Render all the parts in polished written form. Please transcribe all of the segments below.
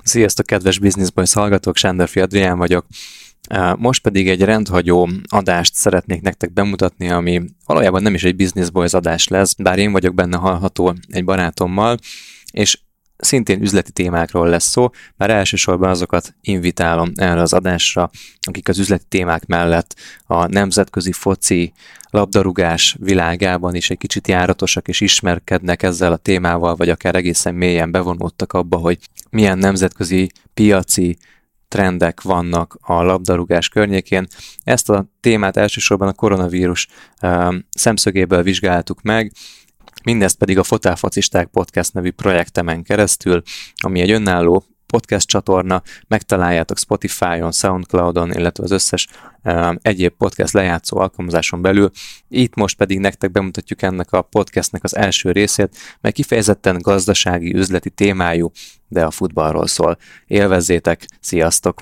Sziasztok, kedves Business Boys hallgatók, Sándorfi Adrián vagyok. Most pedig egy rendhagyó adást szeretnék nektek bemutatni, ami valójában nem is egy Business Boys adás lesz, bár én vagyok benne hallható egy barátommal, és szintén üzleti témákról lesz szó, bár elsősorban azokat invitálom erre az adásra, akik az üzleti témák mellett a nemzetközi foci, labdarúgás világában is egy kicsit járatosak és ismerkednek ezzel a témával, vagy akár egészen mélyen bevonódtak abba, hogy milyen nemzetközi piaci trendek vannak a labdarúgás környékén. Ezt a témát elsősorban a koronavírus szemszögéből vizsgáltuk meg, mindezt pedig a Fotel Focisták Podcast nevű projektemen keresztül, ami egy önálló podcast csatorna, megtaláljátok Spotify-on, Soundcloud-on, illetve az összes egyéb podcast lejátszó alkalmazáson belül. Itt most pedig nektek bemutatjuk ennek a podcastnek az első részét, mely kifejezetten gazdasági, üzleti témájú, de a futballról szól. Élvezzétek, sziasztok!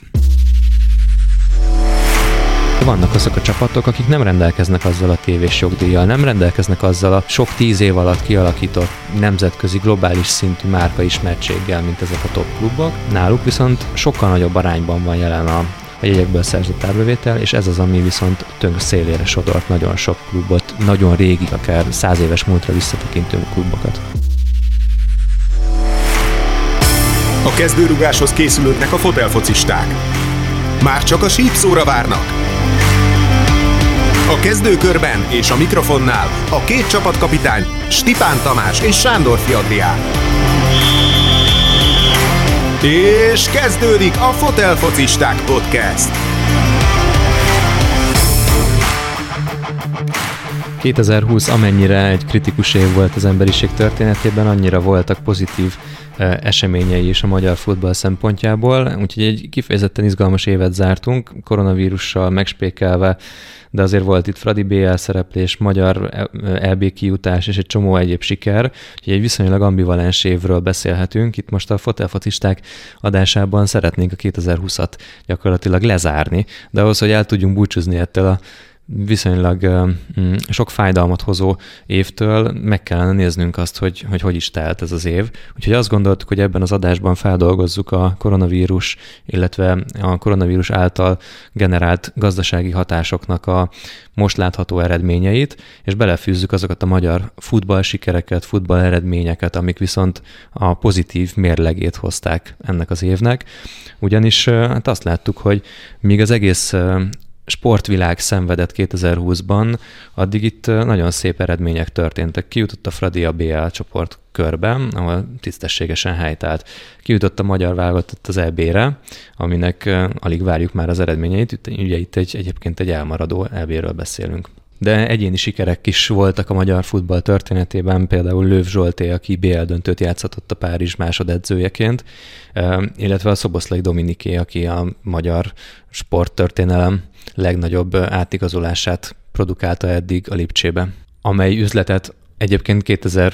Vannak azok a csapatok, akik nem rendelkeznek azzal a tévés jogdíjjal, nem rendelkeznek azzal a sok 10 év alatt kialakított nemzetközi, globális szintű márkaismertséggel, mint ezek a top klubok. Náluk viszont sokkal nagyobb arányban van jelen a jegyekből szerzett árbevétel, és ez az, ami viszont tönk szélére sodort nagyon sok klubot, nagyon régi, akár 100 éves múltra visszatekintő klubokat. A kezdőrugáshoz készülődnek a fotelfocisták. Már csak a sípszóra várnak. A kezdőkörben és a mikrofonnál a két csapatkapitány, Stipán Tamás és Sándorfi Adrián. És kezdődik a Fotel Focisták Podcast. 2020 amennyire egy kritikus év volt az emberiség történetében, annyira voltak pozitív eseményei is a magyar futball szempontjából, úgyhogy egy kifejezetten izgalmas évet zártunk, koronavírussal megspékelve, de azért volt itt Fradi BL szereplés, magyar EB kijutás és egy csomó egyéb siker, úgyhogy egy viszonylag ambivalens évről beszélhetünk. Itt most a Fotel Focisták adásában szeretnénk a 2020-at gyakorlatilag lezárni, de ahhoz, hogy el tudjunk búcsúzni ettől a viszonylag sok fájdalmat hozó évtől, meg kellene néznünk azt, hogy is telt ez az év. Úgyhogy azt gondoltuk, hogy ebben az adásban feldolgozzuk a koronavírus, illetve a koronavírus által generált gazdasági hatásoknak a most látható eredményeit, és belefűzzük azokat a magyar futball sikereket, futball eredményeket, amik viszont a pozitív mérlegét hozták ennek az évnek. Ugyanis hát azt láttuk, hogy míg az egész sportvilág szenvedett 2020-ban, addig itt nagyon szép eredmények történtek. Kijutott a Fradi a BL csoport körben, ahol tisztességesen helytált. Kijutott a magyar válogatott az EB-re, aminek alig várjuk már az eredményeit. Ugye itt egyébként egy elmaradó EB-ről beszélünk. De egyéni sikerek is voltak a magyar futball történetében, például Löw Zsolté, aki BL döntőt játszhatott a Párizs másodedzőjeként, illetve a Szoboszlai Dominiké, aki a magyar sporttörténelem legnagyobb átigazolását produkálta eddig a Lipcsébe, amely üzletet egyébként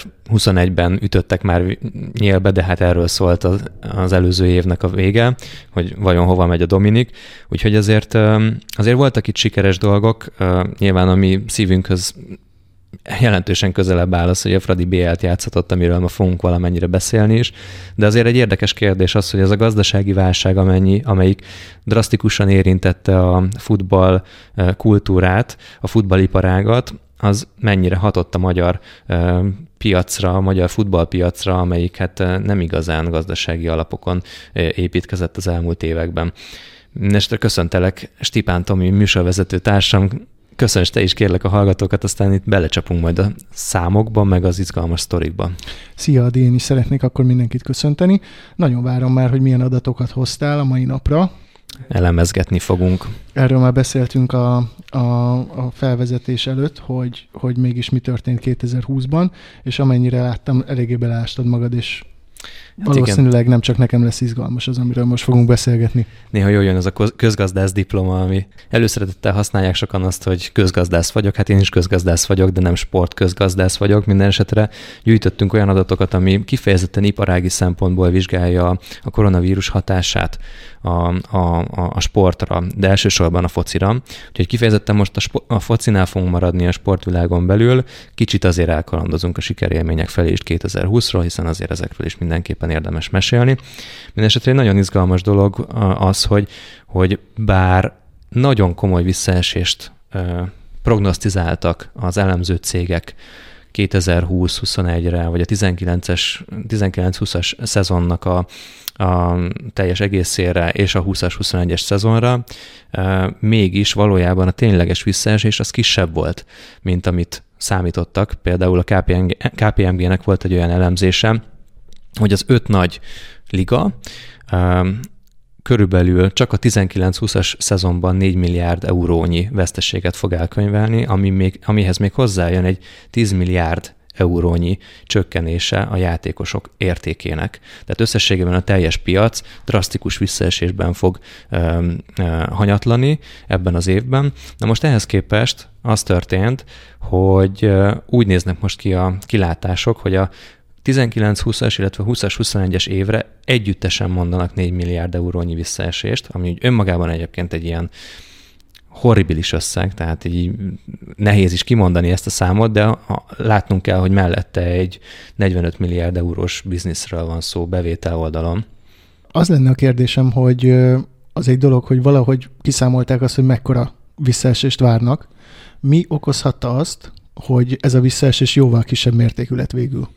2021-ben ütöttek már nyélbe, de hát erről szólt az előző évnek a vége, hogy vajon hova megy a Dominik. Úgyhogy azért voltak itt sikeres dolgok, nyilván ami szívünkhöz jelentősen közelebb áll az, hogy a Fradi BL-t játszhatott, amiről ma fogunk valamennyire beszélni is, de azért egy érdekes kérdés az, hogy ez a gazdasági válság, amelyik drasztikusan érintette a futball kultúrát, a futballiparágat, az mennyire hatott a magyar piacra, a magyar futballpiacra, amelyik hát nem igazán gazdasági alapokon építkezett az elmúlt években. Mindenesetre köszöntelek, Stipán Tomi, műsorvezető társam, köszönös te is, kérlek a hallgatókat, aztán itt belecsapunk majd a számokban, meg az izgalmas sztorikban. Szia, Adi, én is szeretnék akkor mindenkit köszönteni. Nagyon várom már, hogy milyen adatokat hoztál a mai napra. Elemezgetni fogunk. Erről már beszéltünk a felvezetés előtt, hogy mégis mi történt 2020-ban, és amennyire láttam, eléggé beleástad magad, és valószínűleg nem csak nekem lesz izgalmas az, amiről most fogunk beszélgetni. Néha jól jön az a közgazdász diploma, ami előszeretettel használják sokan azt, hogy közgazdász vagyok. Hát én is közgazdász vagyok, de nem sportközgazdász vagyok. Minden esetre gyűjtöttünk olyan adatokat, ami kifejezetten iparági szempontból vizsgálja a koronavírus hatását a sportra, de elsősorban a focira. Úgyhogy kifejezetten most a focinál fogunk maradni a sportvilágon belül. Kicsit azért elkalandozunk a sikerélmények felé is 2020-ról, hiszen azért ezekről is mindenképpen mindenképpen érdemes mesélni. Mindenesetre egy nagyon izgalmas dolog az, hogy bár nagyon komoly visszaesést prognosztizáltak az elemző cégek 2020-21-re, vagy a 19-20-as szezonnak a teljes egészére és a 20-21-es szezonra, mégis valójában a tényleges visszaesés az kisebb volt, mint amit számítottak. Például a KPMG-nek volt egy olyan elemzése, hogy az 5 nagy liga körülbelül csak a 19-20-as szezonban 4 milliárd eurónyi veszteséget fog elkönyvelni, amihez még hozzájön egy 10 milliárd eurónyi csökkenése a játékosok értékének. Tehát összességében a teljes piac drasztikus visszaesésben fog hanyatlani ebben az évben. Na most ehhez képest az történt, hogy úgy néznek most ki a kilátások, hogy a 19-20-as, illetve 20-21-es évre együttesen mondanak 4 milliárd eurónyi visszaesést, ami önmagában egyébként egy ilyen horribilis összeg, tehát így nehéz is kimondani ezt a számot, de látnunk kell, hogy mellette egy 45 milliárd eurós bizniszről van szó bevétel oldalon. Az lenne a kérdésem, hogy az egy dolog, hogy valahogy kiszámolták azt, hogy mekkora visszaesést várnak. Mi okozhatta azt, hogy ez a visszaesés jóval kisebb mértékű lett végül?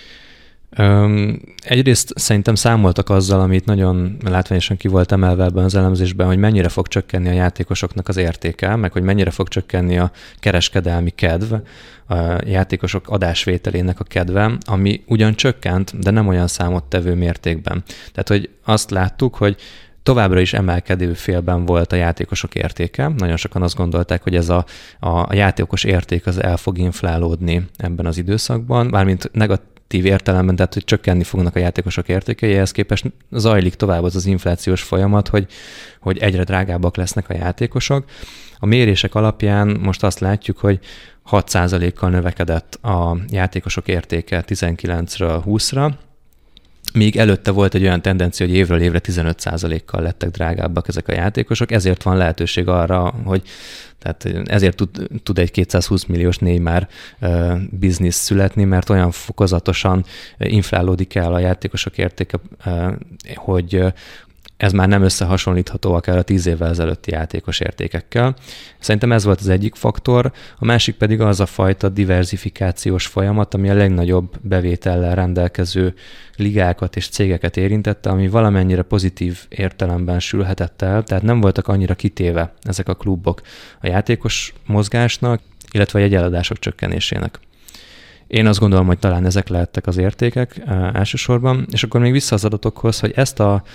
Egyrészt szerintem számoltak azzal, amit nagyon látványosan ki volt emelve ebben az elemzésben, hogy mennyire fog csökkenni a játékosoknak az értéke, meg hogy mennyire fog csökkenni a kereskedelmi kedv, a játékosok adásvételének a kedve, ami ugyan csökkent, de nem olyan számottevő mértékben. Tehát, hogy azt láttuk, hogy továbbra is emelkedő félben volt a játékosok értéke. Nagyon sokan azt gondolták, hogy ez a játékos érték az el fog inflálódni ebben az időszakban, mármint negatív értelemben, tehát hogy csökkenni fognak a játékosok értékei, ehhez képest zajlik tovább az inflációs folyamat, hogy egyre drágábbak lesznek a játékosok. A mérések alapján most azt látjuk, hogy 6%-kal növekedett a játékosok értéke 19-ről 20-ra, míg előtte volt egy olyan tendencia, hogy évről évre 15%-kal lettek drágábbak ezek a játékosok, ezért van lehetőség arra, hogy tehát ezért tud egy 220 milliós Neymar biznisz születni, mert olyan fokozatosan inflálódik el a játékosok értéke, hogy ez már nem összehasonlítható akár a 10 évvel ezelőtti játékos értékekkel. Szerintem ez volt az egyik faktor, a másik pedig az a fajta diverzifikációs folyamat, ami a legnagyobb bevétellel rendelkező ligákat és cégeket érintette, ami valamennyire pozitív értelemben sülhetett el, tehát nem voltak annyira kitéve ezek a klubok a játékos mozgásnak, illetve a jegyeladások csökkenésének. Én azt gondolom, hogy talán ezek lehettek az értékek elsősorban, és akkor még vissza az adatokhoz, hogy ezt a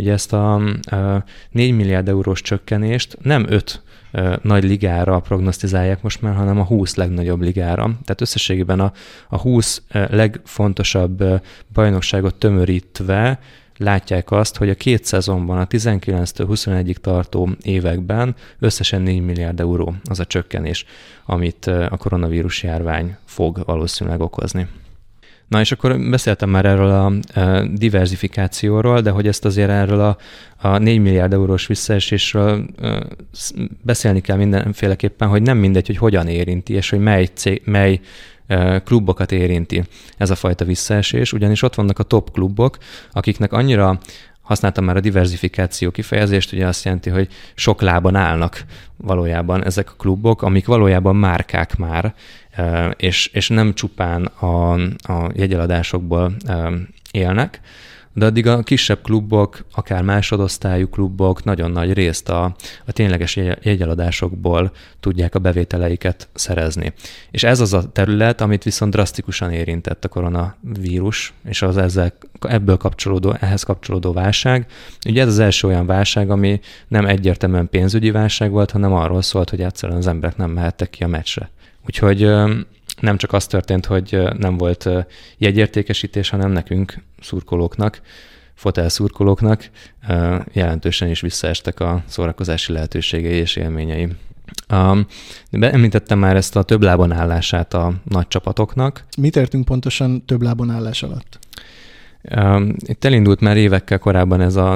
4 milliárd eurós csökkenést nem 5 nagy ligára prognosztizálják most már, hanem a 20 legnagyobb ligára. Tehát összességében a 20 legfontosabb bajnokságot tömörítve látják azt, hogy a 2 szezonban, a 19-től 21-ig tartó években összesen 4 milliárd euró az a csökkenés, amit a koronavírus járvány fog valószínűleg okozni. Na és akkor beszéltem már erről a diverzifikációról, de hogy ezt azért erről a 4 milliárd eurós visszaesésről beszélni kell mindenféleképpen, hogy nem mindegy, hogy hogyan érinti, és hogy mely klubokat érinti ez a fajta visszaesés, ugyanis ott vannak a top klubok, akiknek annyira, használtam már a diverzifikáció kifejezést, ugye azt jelenti, hogy sok lábon állnak valójában ezek a klubok, amik valójában márkák már, és nem csupán a jegyeladásokból élnek, de addig a kisebb klubok, akár másodosztályú klubok nagyon nagy részt a tényleges jegyeladásokból tudják a bevételeiket szerezni. És ez az a terület, amit viszont drasztikusan érintett a koronavírus, és az ehhez kapcsolódó válság. Ugye ez az első olyan válság, ami nem egyértelműen pénzügyi válság volt, hanem arról szólt, hogy egyszerűen az emberek nem mehettek ki a meccsre. Úgyhogy nem csak az történt, hogy nem volt jegyértékesítés, hanem nekünk, szurkolóknak, fotelszurkolóknak jelentősen is visszaestek a szórakozási lehetőségei és élményei. Említettem már ezt a több lábon állását a nagy csapatoknak. Mit értünk pontosan több lábon állás alatt? Itt elindult már évekkel korábban ez a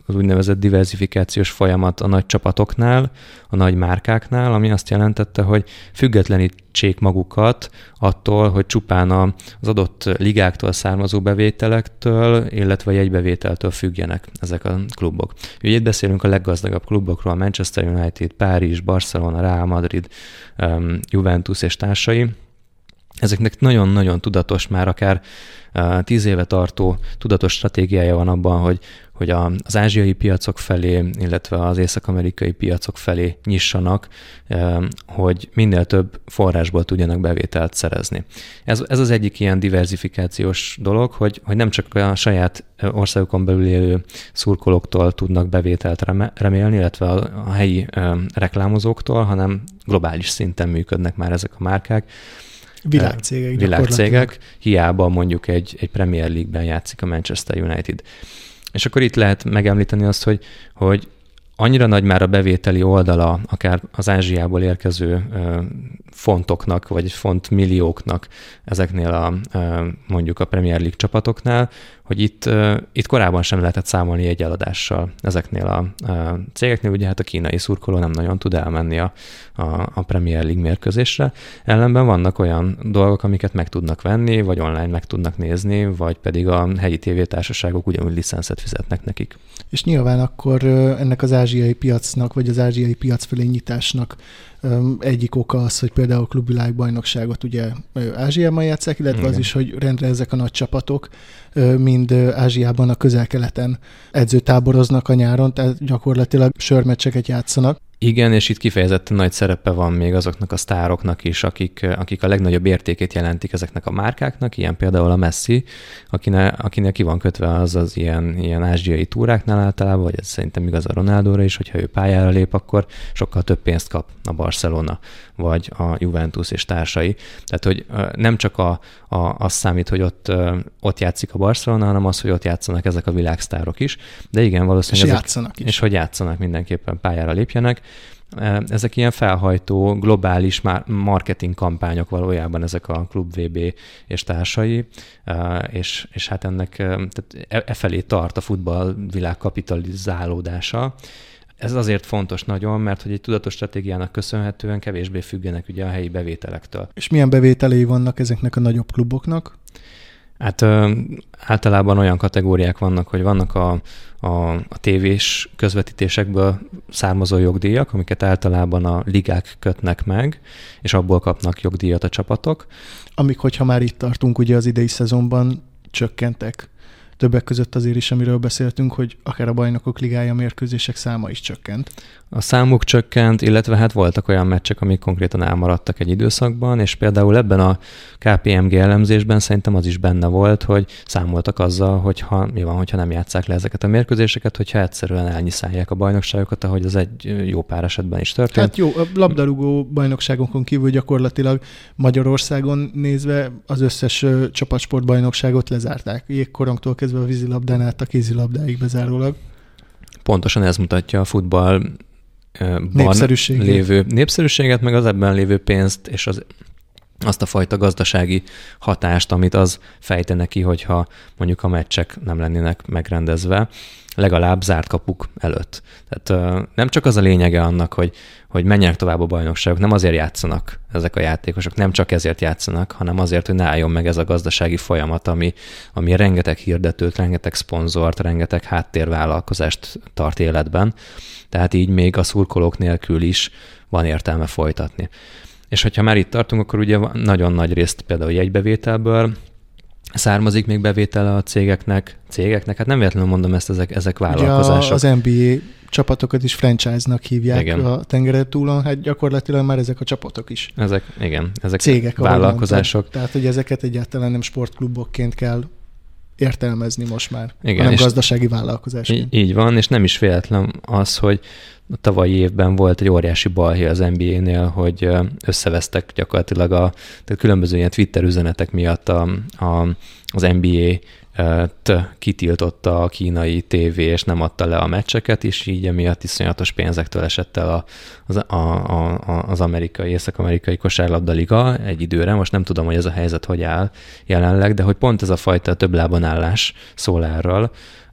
az úgynevezett diversifikációs folyamat a nagy csapatoknál, a nagy márkáknál, ami azt jelentette, hogy függetlenítsék magukat attól, hogy csupán az adott ligáktól származó bevételektől, illetve jegybevételtől függjenek ezek a klubok. Ugye itt beszélünk a leggazdagabb klubokról, Manchester United, Párizs, Barcelona, Real Madrid, Juventus és társai. Ezeknek nagyon-nagyon tudatos, már akár 10 éve tartó tudatos stratégiája van abban, hogy az ázsiai piacok felé, illetve az észak-amerikai piacok felé nyissanak, hogy minél több forrásból tudjanak bevételt szerezni. Ez az egyik ilyen diversifikációs dolog, hogy nem csak a saját országokon belül élő szurkolóktól tudnak bevételt remélni, illetve a helyi reklámozóktól, hanem globális szinten működnek már ezek a márkák. Világcégek, hiába mondjuk egy Premier League-ben játszik a Manchester United. És akkor itt lehet megemlíteni azt, hogy annyira nagy már a bevételi oldala, akár az Ázsiából érkező fontoknak, vagy fontmillióknak ezeknél mondjuk a Premier League csapatoknál, hogy itt korábban sem lehetett számolni egy eladással ezeknél a cégeknél, ugye hát a kínai szurkoló nem nagyon tud elmenni a Premier League mérkőzésre. Ellenben vannak olyan dolgok, amiket meg tudnak venni, vagy online meg tudnak nézni, vagy pedig a helyi tévétársaságok ugyanúgy licenszet fizetnek nekik. És nyilván akkor ennek az ázsiai piacnak, vagy az ázsiai piac felé nyitásnak egyik oka az, hogy például a klubvilágbajnokságot ugye Ázsiában játsszák, illetve igen, az is, hogy rendre ezek a nagy csapatok mind Ázsiában, a Közel-Keleten edzőtáboroznak a nyáron, tehát gyakorlatilag sörmeccseket játszanak. Igen, és itt kifejezetten nagy szerepe van még azoknak a sztároknak is, akik a legnagyobb értékét jelentik ezeknek a márkáknak, ilyen például a Messi, akinek ki van kötve az ilyen ázsiai túráknál általában, vagy ez szerintem igaz a Ronaldóra is, hogyha ő pályára lép, akkor sokkal több pénzt kap a Barcelona, vagy a Juventus és társai. Tehát, hogy nem csak az számít, hogy ott játszik a Barcelona, hanem az, hogy ott játszanak ezek a világsztárok is. De igen, valószínűleg és hogy játszanak mindenképpen, pályára lépjenek. Ezek ilyen felhajtó, globális marketing kampányok valójában ezek a Klub VB és társai, és hát ennek felé tart a futballvilág kapitalizálódása. Ez azért fontos nagyon, mert hogy egy tudatos stratégiának köszönhetően kevésbé függenek ugye a helyi bevételektől. És milyen bevételei vannak ezeknek a nagyobb kluboknak? Hát általában olyan kategóriák vannak, hogy vannak a tévés közvetítésekből származó jogdíjak, amiket általában a ligák kötnek meg, és abból kapnak jogdíjat a csapatok. Amik, hogyha már itt tartunk, ugye az idei szezonban csökkentek. Többek között azért is, amiről beszéltünk, hogy akár a Bajnokok Ligája mérkőzések száma is csökkent. A számuk csökkent, illetve hát voltak olyan meccsek, amik konkrétan elmaradtak egy időszakban, és például ebben a KPMG elemzésben szerintem az is benne volt, hogy számoltak azzal, hogyha nem játsszák le ezeket a mérkőzéseket, hogyha egyszerűen elnyiszálják a bajnokságokat, ahogy az egy jó pár esetben is történt. Hát jó, a labdarúgó bajnokságokon kívül gyakorlatilag Magyarországon nézve az összes csapatsportbajnokságot lezárták. Jégkorongtól kezdve a vízilabdán át a kézilabdáig bezárólag. Pontosan ez mutatja a futball lévő népszerűséget, meg az ebben lévő pénzt, és azt a fajta gazdasági hatást, amit az fejtene ki, hogyha mondjuk a meccsek nem lennének megrendezve, legalább zárt kapuk előtt. Tehát nem csak az a lényege annak, hogy menjenek tovább a bajnokságok, nem azért játszanak ezek a játékosok, nem csak ezért játszanak, hanem azért, hogy ne álljon meg ez a gazdasági folyamat, ami rengeteg hirdetőt, rengeteg szponzort, rengeteg háttérvállalkozást tart életben. Tehát így még a szurkolók nélkül is van értelme folytatni. És hogyha már itt tartunk, akkor ugye nagyon nagy részt például jegybevételből származik még bevétele a cégeknek, hát nem véletlenül mondom ezt, ezek vállalkozások. Ugye az NBA csapatokat is franchise-nak hívják, igen, a tengeren túlon, hát gyakorlatilag már ezek a csapatok is. Ezek cégek, vállalkozások. Tehát, hogy ezeket egyáltalán nem sportklubokként kell értelmezni most már, igen, hanem gazdasági vállalkozásként. Így van, és nem is véletlen az, hogy a tavalyi évben volt egy óriási balhé az NBA-nél, hogy összevesztek gyakorlatilag tehát különböző ilyen Twitter üzenetek miatt az NBA kitiltotta a kínai tévé, és nem adta le a meccseket, és így emiatt iszonyatos pénzektől esett el az amerikai, észak-amerikai kosárlabda liga egy időre. Most nem tudom, hogy ez a helyzet hogy áll jelenleg, de hogy pont ez a fajta több lábon állás szól erről,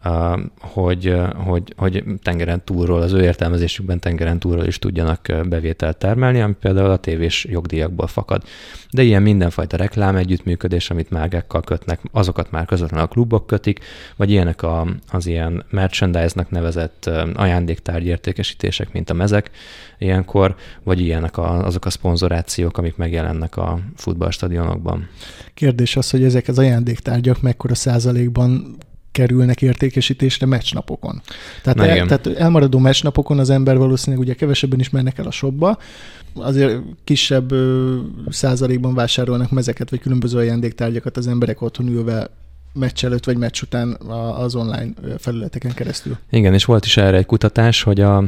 hogy tengeren túlról, az ő értelmezésükben tengeren túlról is tudjanak bevételt termelni, ami például a tévés jogdíjakból fakad. De ilyen mindenfajta reklám együttműködés, amit márkákkal kötnek, azokat már közvetlenül a klubok kötik, vagy ilyenek az ilyen merchandise-nak nevezett ajándéktárgy értékesítések, mint a mezek ilyenkor, vagy ilyenek azok a szponzorációk, amik megjelennek a futballstadionokban. Kérdés az, hogy ezek az ajándéktárgyak mekkora százalékban kerülnek értékesítésre meccsnapokon. Tehát elmaradó meccsnapokon az ember valószínűleg ugye kevesebben is mennek el a shopba, azért kisebb százalékban vásárolnak mezeket, vagy különböző ajándéktárgyakat az emberek otthon ülve meccs előtt, vagy meccs után az online felületeken keresztül. Igen, és volt is erre egy kutatás, hogy a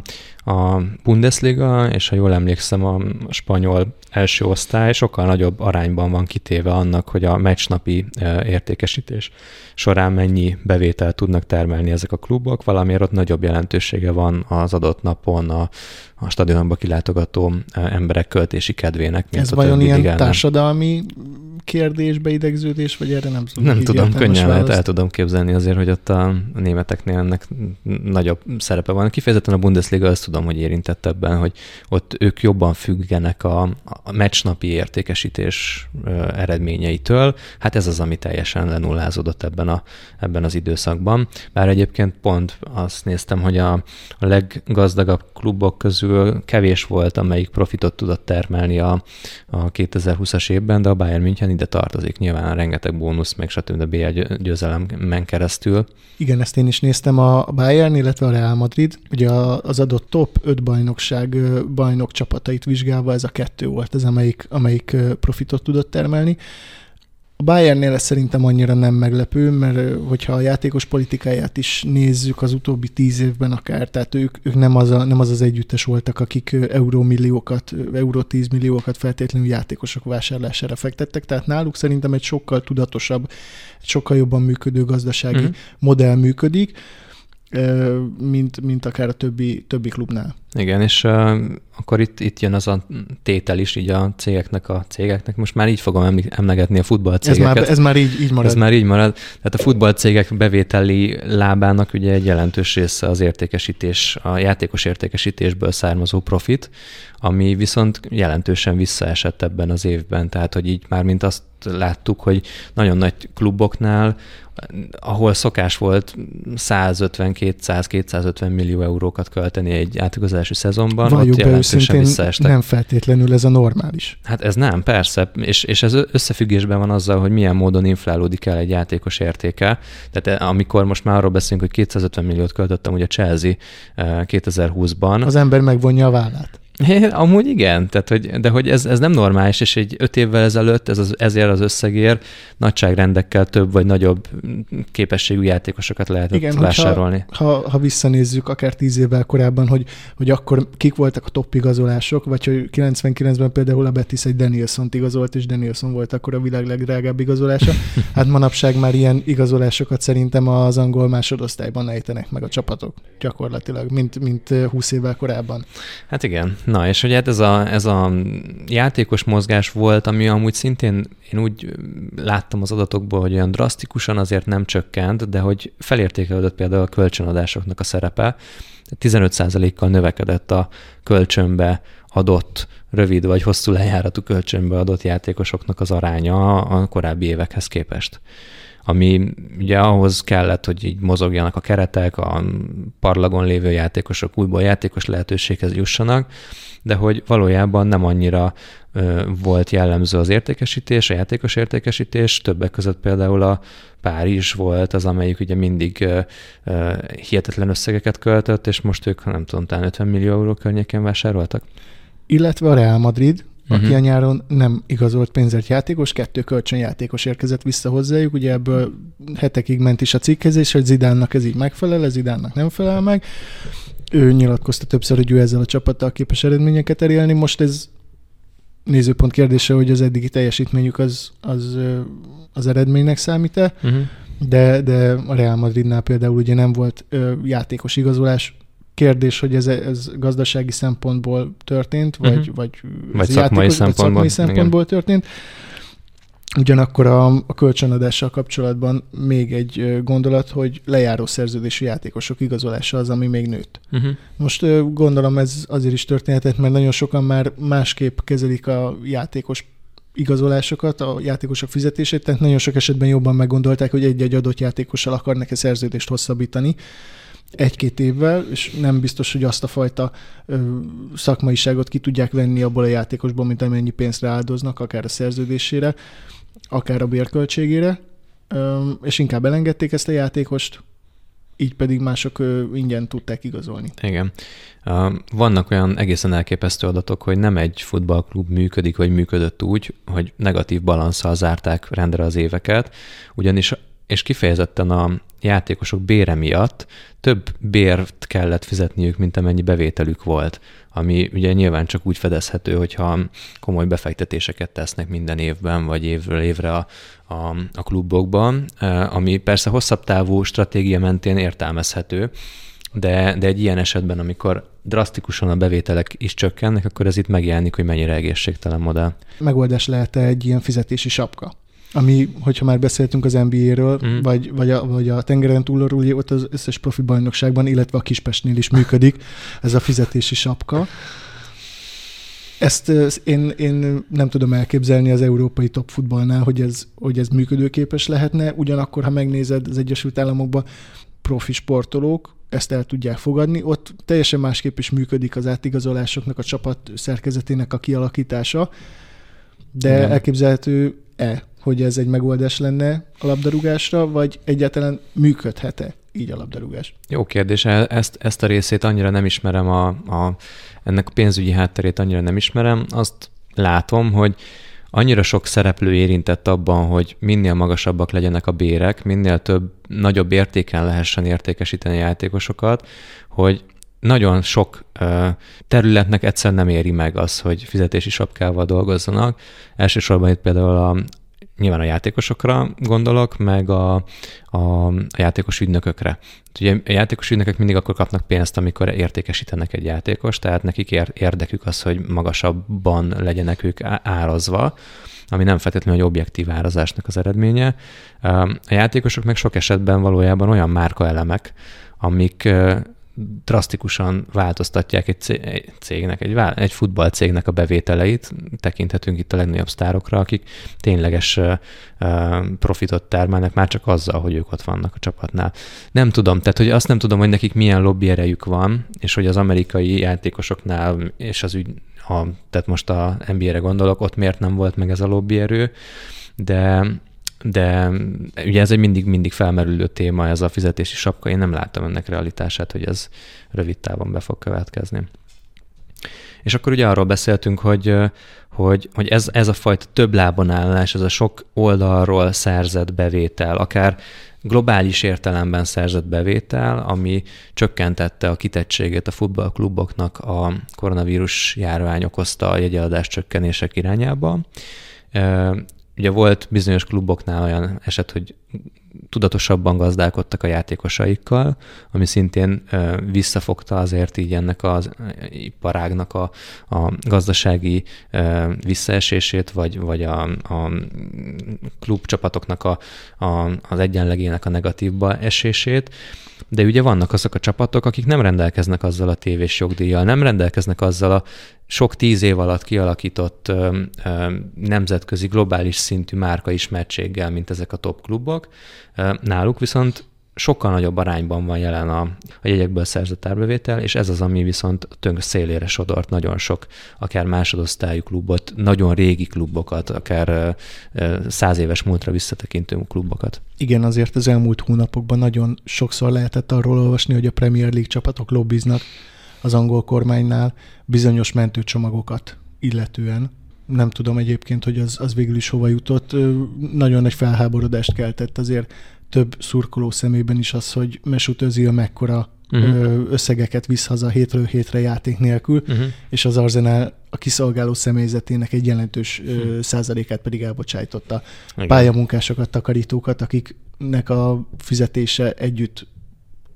Bundesliga, és ha jól emlékszem, a spanyol első osztály sokkal nagyobb arányban van kitéve annak, hogy a meccsnapi értékesítés során mennyi bevételt tudnak termelni ezek a klubok, valamiért ott nagyobb jelentősége van az adott napon a stadionba kilátogató emberek költési kedvének, mint ez a vajon ilyen ligánál. Társadalmi kérdés, beidegződés, vagy erre nem tudom. Nem tudom, könnyen lehet, el tudom képzelni azért, hogy ott a németeknél ennek nagyobb szerepe van. Kifejezetten a Bundesliga, azt tudom, hogy érintett ebben, hogy ott ők jobban függenek a meccsnapi értékesítés eredményeitől. Hát ez az, ami teljesen lenullázódott ebben az időszakban. Bár egyébként pont azt néztem, hogy a leggazdagabb klubok közül kevés volt, amelyik profitot tudott termelni a 2020-as évben, de a Bayern München ide tartozik. Nyilván rengeteg bónusz, meg stb. A BL győzelemen keresztül. Igen, ezt én is néztem, a Bayern, illetve a Real Madrid. Ugye az adott top 5 bajnokság bajnok csapatait vizsgálva ez a 2 volt az, amelyik profitot tudott termelni. A Bayernnél ez szerintem annyira nem meglepő, mert hogyha a játékos politikáját is nézzük az utóbbi 10 évben akár, tehát ők nem az együttes voltak, akik euró 10 milliókat feltétlenül játékosok vásárlására fektettek, tehát náluk szerintem egy sokkal tudatosabb, egy sokkal jobban működő gazdasági modell működik, mint akár a többi klubnál. Igen, és akkor itt jön az a tétel is így a cégeknek. Most már így fogom emlegetni a futballcégeket. Ez már így marad. Ez már így marad. Tehát a futballcégek bevételi lábának ugye egy jelentős része az értékesítés, a játékos értékesítésből származó profit, ami viszont jelentősen visszaesett ebben az évben. Tehát, hogy így már mint azt láttuk, hogy nagyon nagy kluboknál, ahol szokás volt 150-200-250 millió eurókat költeni egy átigazolási szezonban, valljuk ott jelentősen visszaestek. Nem feltétlenül ez a normális. Hát ez nem, persze, és ez összefüggésben van azzal, hogy milyen módon inflálódik el egy játékos értéke. Tehát amikor most már arról beszélünk, hogy 250 milliót költöttem ugye Chelsea 2020-ban. Az ember megvonja a vállát. Amúgy igen, tehát, de hogy ez nem normális, és egy 5 évvel ezelőtt ezért az összegért nagyságrendekkel több vagy nagyobb képességű játékosokat lehetett vásárolni. Ha visszanézzük akár 10 évvel korábban, hogy akkor kik voltak a top igazolások, vagy hogy 99-ben például a Betis egy Danielsont igazolt, és Danielson volt akkor a világ legdrágább igazolása. Hát manapság már ilyen igazolásokat szerintem az angol másodosztályban ejtenek meg a csapatok gyakorlatilag, mint 20 évvel korábban. Hát igen. Na, és hogy hát ez a játékos mozgás volt, ami amúgy szintén én úgy láttam az adatokból, hogy olyan drasztikusan azért nem csökkent, de hogy felértékelődött például a kölcsönadásoknak a szerepe. 15%-kal növekedett a kölcsönbe adott, rövid vagy hosszú lejáratú kölcsönbe adott játékosoknak az aránya a korábbi évekhez képest. Ami ugye ahhoz kellett, hogy így mozogjanak a keretek, a parlagon lévő játékosok újból játékos lehetőséghez jussanak, de hogy valójában nem annyira volt jellemző az értékesítés, a játékos értékesítés, többek között például a Párizs volt az, amelyik ugye mindig hihetetlen összegeket költött, és most ők, nem tudom, talán 50 millió euró környékén vásároltak. Illetve a Real Madrid, aki a nyáron nem igazolt pénzért játékos, 2 kölcsönjátékos érkezett vissza hozzájuk, ugye ebből hetekig ment is a cikkezés, hogy Zidánnak ez így megfelel, Zidánnak nem felel meg. Ő nyilatkozta többször, hogy ő ezzel a csapattal képes eredményeket elérni. Most ez nézőpont kérdése, hogy az eddigi teljesítményük az eredménynek számít-e, de a Real Madridnál például ugye nem volt játékos igazolás. Kérdés, hogy ez gazdasági szempontból történt, vagy szakmai szempontból történt. Ugyanakkor a kölcsönadással kapcsolatban még egy gondolat, hogy lejáró szerződésű játékosok igazolása az, ami még nőtt. Most gondolom ez azért is történhetett, mert nagyon sokan már másképp kezelik a játékos igazolásokat, a játékosok fizetését, tehát nagyon sok esetben jobban meggondolták, hogy egy-egy adott játékossal akarnak-e szerződést hosszabbítani 1-2 évvel, és nem biztos, hogy azt a fajta szakmaiságot ki tudják venni abból a játékosból, mint amennyi pénzt rááldoznak, akár a szerződésére, akár a bérköltségére, és inkább elengedték ezt a játékost, így pedig mások ingyen tudták igazolni. Igen. Vannak olyan egészen elképesztő adatok, hogy nem egy futballklub működik, vagy működött úgy, hogy negatív balansszal zárták rendre az éveket, ugyanis és kifejezetten a játékosok bére miatt több bért kellett fizetniük, mint amennyi bevételük volt, ami ugye nyilván csak úgy fedezhető, hogyha komoly befektetéseket tesznek minden évben, vagy évről évre a klubokban, ami persze hosszabb távú stratégia mentén értelmezhető, de egy ilyen esetben, amikor drasztikusan a bevételek is csökkennek, akkor ez itt megjelenik, hogy mennyire egészségtelen modell. Megoldás lehet egy ilyen fizetési sapka? Ami, hogyha már beszéltünk az NBA-ről, vagy a tengeren túlról, ott az összes profi bajnokságban, illetve a Kispestnél is működik ez a fizetési sapka. Ezt én nem tudom elképzelni az európai top futballnál, hogy ez működőképes lehetne. Ugyanakkor, ha megnézed az Egyesült Államokban, profi sportolók ezt el tudják fogadni. Ott teljesen másképp is működik az átigazolásoknak, a csapat szerkezetének a kialakítása, de igen. Elképzelhető-e, hogy ez egy megoldás lenne a labdarúgásra, vagy egyáltalán működhet-e így a labdarúgás? Jó kérdés, ezt a részét annyira nem ismerem, ennek a pénzügyi hátterét annyira nem ismerem. Azt látom, hogy annyira sok szereplő érintett abban, hogy minél magasabbak legyenek a bérek, minél nagyobb értéken lehessen értékesíteni a játékosokat, hogy nagyon sok területnek egyszerűen nem éri meg az, hogy fizetési sapkával dolgozzanak. Elsősorban itt például nyilván a játékosokra gondolok, meg a játékos ügynökökre. Ugye a játékos ügynökök mindig akkor kapnak pénzt, amikor értékesítenek egy játékost, tehát nekik érdekük az, hogy magasabban legyenek ők árazva, ami nem feltétlenül egy objektív árazásnak az eredménye. A játékosok meg sok esetben valójában olyan márkaelemek, amik drasztikusan változtatják egy cégnek, egy futballcégnek a bevételeit. Tekinthetünk itt a legnagyobb sztárokra, akik tényleges profitot termelnek már csak azzal, hogy ők ott vannak a csapatnál. Nem tudom, tehát hogy azt nem tudom, hogy nekik milyen lobby erejük van, és hogy az amerikai játékosoknál, és tehát most a NBA-re gondolok, ott miért nem volt meg ez a lobby erő, de ugye ez egy mindig felmerülő téma, ez a fizetési sapka. Én nem láttam ennek realitását, hogy ez rövid távon be fog következni. És akkor ugye arról beszéltünk, hogy ez a fajta több lábon állás, ez a sok oldalról szerzett bevétel, akár globális értelemben szerzett bevétel, ami csökkentette a kitettségét a futballkluboknak a koronavírus járvány okozta a jegyeladás csökkenések irányába. Ugye volt bizonyos kluboknál olyan eset, hogy tudatosabban gazdálkodtak a játékosaikkal, ami szintén visszafogta azért így ennek az iparágnak a gazdasági visszaesését, vagy a klubcsapatoknak az egyenlegének a negatívba esését. De ugye vannak azok a csapatok, akik nem rendelkeznek azzal a tévés jogdíjjal, nem rendelkeznek azzal a sok 10 év alatt kialakított nemzetközi, globális szintű márkaismertséggel, mint ezek a top klubok. Náluk viszont sokkal nagyobb arányban van jelen a jegyekből szerzett árbevétel, és ez az, ami viszont tönk szélére sodort nagyon sok, akár másodosztályú klubot, nagyon régi klubokat, akár 100 éves múltra visszatekintő klubokat. Igen, azért az elmúlt hónapokban nagyon sokszor lehetett arról olvasni, hogy a Premier League csapatok lobbiznak az angol kormánynál bizonyos mentőcsomagokat illetően. Nem tudom egyébként, hogy az végül is hova jutott. Nagyon nagy felháborodást keltett azért több szurkoló szemében is az, hogy Mesut Özil mekkora összegeket visz haza hétről hétre játék nélkül, és az Arsenal a kiszolgáló személyzetének egy jelentős százalékát pedig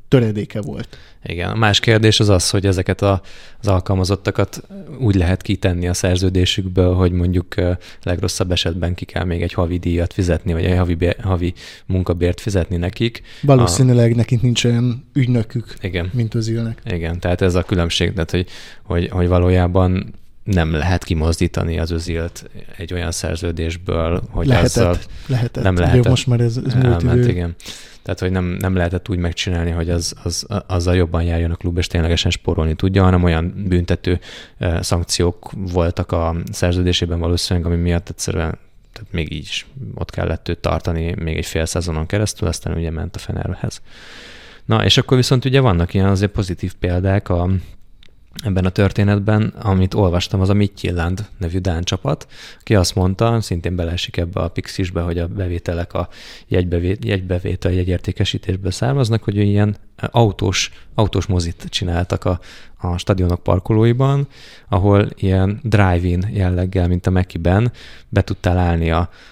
töredéke volt. Igen, a más kérdés az, hogy ezeket az alkalmazottakat úgy lehet kitenni a szerződésükből, hogy mondjuk legrosszabb esetben ki kell még egy havi díjat fizetni, vagy egy havi munkabért fizetni nekik. Valószínűleg nekik nincs olyan ügynökük, igen, mint az Özilnek. Igen, tehát ez a különbség, tehát hogy valójában nem lehet kimozdítani az Özilt egy olyan szerződésből, hogy lehetett. Nem lehetett. Most már ez múlt idő. Igen. Tehát, hogy nem lehetett úgy megcsinálni, hogy azzal jobban járjon a klub, és ténylegesen spórolni tudja, hanem olyan büntető szankciók voltak a szerződésében valószínűleg, ami miatt egyszerűen tehát még így is ott kellett őt tartani még egy fél szezonon keresztül, aztán ugye ment a Fenerhez. Na, és akkor viszont ugye vannak ilyen azért pozitív példák ebben a történetben, amit olvastam, az a Midtjylland nevű dán csapat, aki azt mondta, szintén beleesik ebbe a Pixisbe, hogy a bevételek a jegybevétel, jegyértékesítésből származnak, hogy ilyen autós mozit csináltak a stadionok parkolóiban, ahol ilyen drive-in jelleggel, mint a Mekiben, be tudtál állni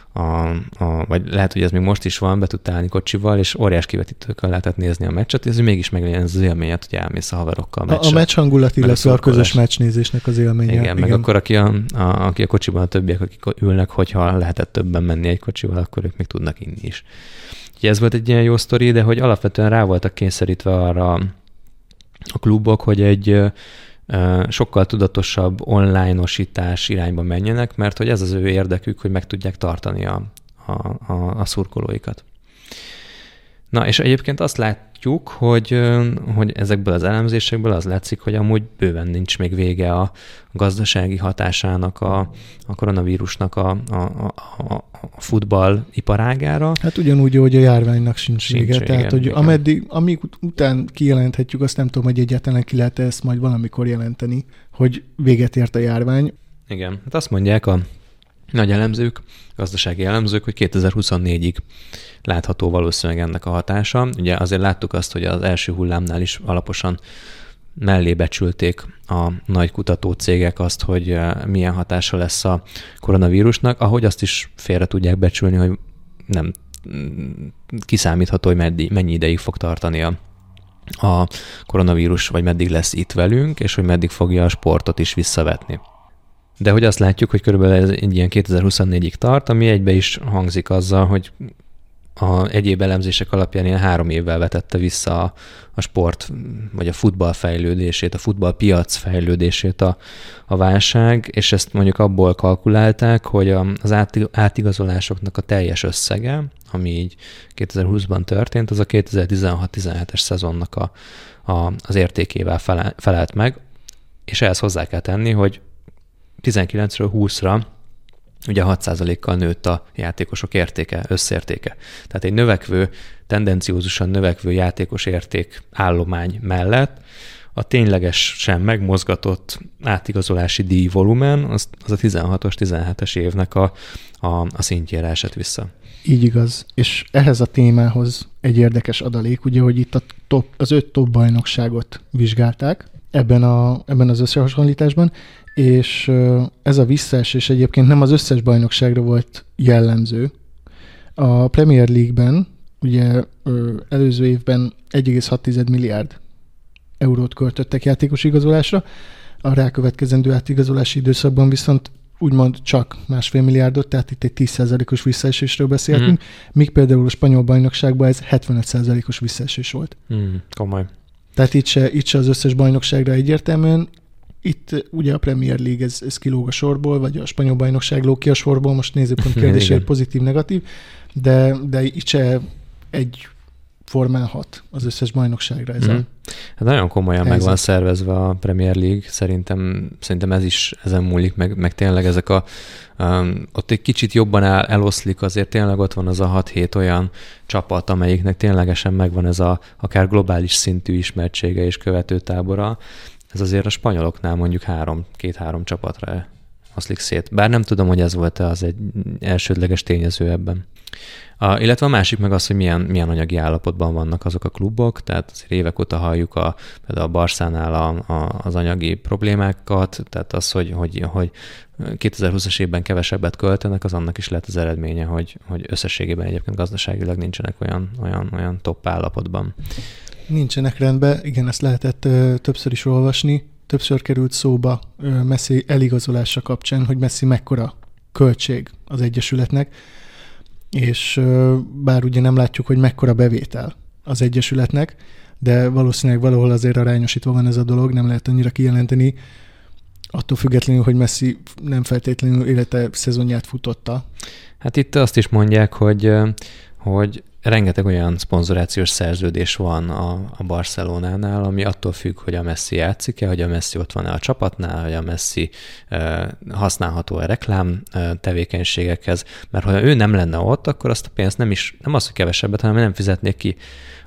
vagy lehet, hogy ez még most is van, be tudtál állni kocsival, és óriás kivetítőkkel lehetett nézni a meccset, és mégis meglegyen az élményet, hogy elmész a haverokkal a meccsre. A meccs hangulat, illetve a közös meccsnézésnek az élménye. Igen, meg akkor aki a kocsiban, a többiek, akik ülnek, hogyha lehetett többen menni egy kocsival, akkor ők még tudnak inni is. Ugye ez volt egy ilyen jó sztori, de hogy alapvetően rá voltak kényszerítve arra a klubok, hogy egy sokkal tudatosabb online-osítás irányba menjenek, mert hogy ez az ő érdekük, hogy meg tudják tartani a szurkolóikat. Na, és egyébként azt látjuk, hogy ezekből az elemzésekből az látszik, hogy amúgy bőven nincs még vége a gazdasági hatásának, a koronavírusnak a futball iparágára. Hát ugyanúgy, hogy a járványnak sincs vége. Igen, tehát, hogy amíg után kijelenthetjük, azt nem tudom, hogy egyáltalán ki lehet ezt majd valamikor jelenteni, hogy véget ért a járvány. Igen, hát azt mondják a nagy elemzők, gazdasági elemzők, hogy 2024-ig látható valószínűleg ennek a hatása. Ugye azért láttuk azt, hogy az első hullámnál is alaposan mellé becsülték a nagy kutatócégek azt, hogy milyen hatása lesz a koronavírusnak, ahogy azt is félre tudják becsülni, hogy nem kiszámítható, hogy mennyi ideig fog tartani a koronavírus, vagy meddig lesz itt velünk, és hogy meddig fogja a sportot is visszavetni. De hogy azt látjuk, hogy körülbelül ez egy ilyen 2024-ig tart, ami egybe is hangzik azzal, hogy egyéb elemzések alapján ilyen 3 évvel vetette vissza a sport, vagy a futball fejlődését, a futballpiac fejlődését a válság, és ezt mondjuk abból kalkulálták, hogy az átigazolásoknak a teljes összege, ami így 2020-ban történt, az a 2016-17-es szezonnak az értékével felelt meg, és ehhez hozzá kell tenni, hogy 19-ről 20-ra ugye 6%-kal nőtt a játékosok összértéke. Tehát egy tendenciózusan növekvő játékos érték állomány mellett a ténylegesen megmozgatott átigazolási díjvolumen az a 16-os, 17-es évnek a szintjére esett vissza. Így igaz. És ehhez a témához egy érdekes adalék, ugye, hogy itt az 5 top bajnokságot vizsgálták ebben az összehasonlításban, és ez a visszaesés egyébként nem az összes bajnokságra volt jellemző. A Premier League-ben ugye előző évben 1,6 milliárd eurót költöttek játékos igazolásra, a rákövetkezendő átigazolási időszakban viszont úgymond csak 1,5 milliárdot, tehát itt egy 10%-os visszaesésről beszéltünk, míg például a spanyol bajnokságban ez 75%-os visszaesés volt. Komoly. Tehát itt se az összes bajnokságra egyértelműen. Itt ugye a Premier League ez kilóg a sorból, vagy a spanyol bajnokság lóg ki a sorból, most nézőpont kérdésért pozitív-negatív, de itt se egy formálhat az összes bajnokságra ez a Hát nagyon komolyan meg van szervezve a Premier League, szerintem ez is ezen múlik, meg tényleg ezek ott egy kicsit jobban eloszlik, azért tényleg ott van az a 6-7 olyan csapat, amelyiknek ténylegesen megvan ez akár globális szintű ismertsége és követőtábora. Ez azért a spanyoloknál mondjuk 2-3 csapatra oszlik szét. Bár nem tudom, hogy ez volt az egy elsődleges tényező ebben. Illetve a másik meg az, hogy milyen anyagi állapotban vannak azok a klubok, tehát azért évek óta halljuk például a Barszánál az anyagi problémákat, tehát az, hogy 2020-as évben kevesebbet költenek, az annak is lett az eredménye, hogy összességében egyébként gazdaságilag nincsenek olyan top állapotban. Nincsenek rendben, igen, ezt lehetett többször is olvasni. Többször került szóba Messi eligazolása kapcsán, hogy Messi mekkora költség az Egyesületnek, és bár ugye nem látjuk, hogy mekkora bevétel az Egyesületnek, de valószínűleg valahol azért arányosítva van ez a dolog, nem lehet annyira kijelenteni, attól függetlenül, hogy Messi nem feltétlenül élete szezonját futotta. Hát itt azt is mondják, hogy rengeteg olyan szponzorációs szerződés van a Barcelonánál, ami attól függ, hogy a Messi játszik-e, hogy a Messi ott van-e a csapatnál, hogy a Messi használható-e reklám tevékenységekhez, mert ha ő nem lenne ott, akkor azt a pénzt nem az, hogy kevesebbet, hanem nem fizetnék ki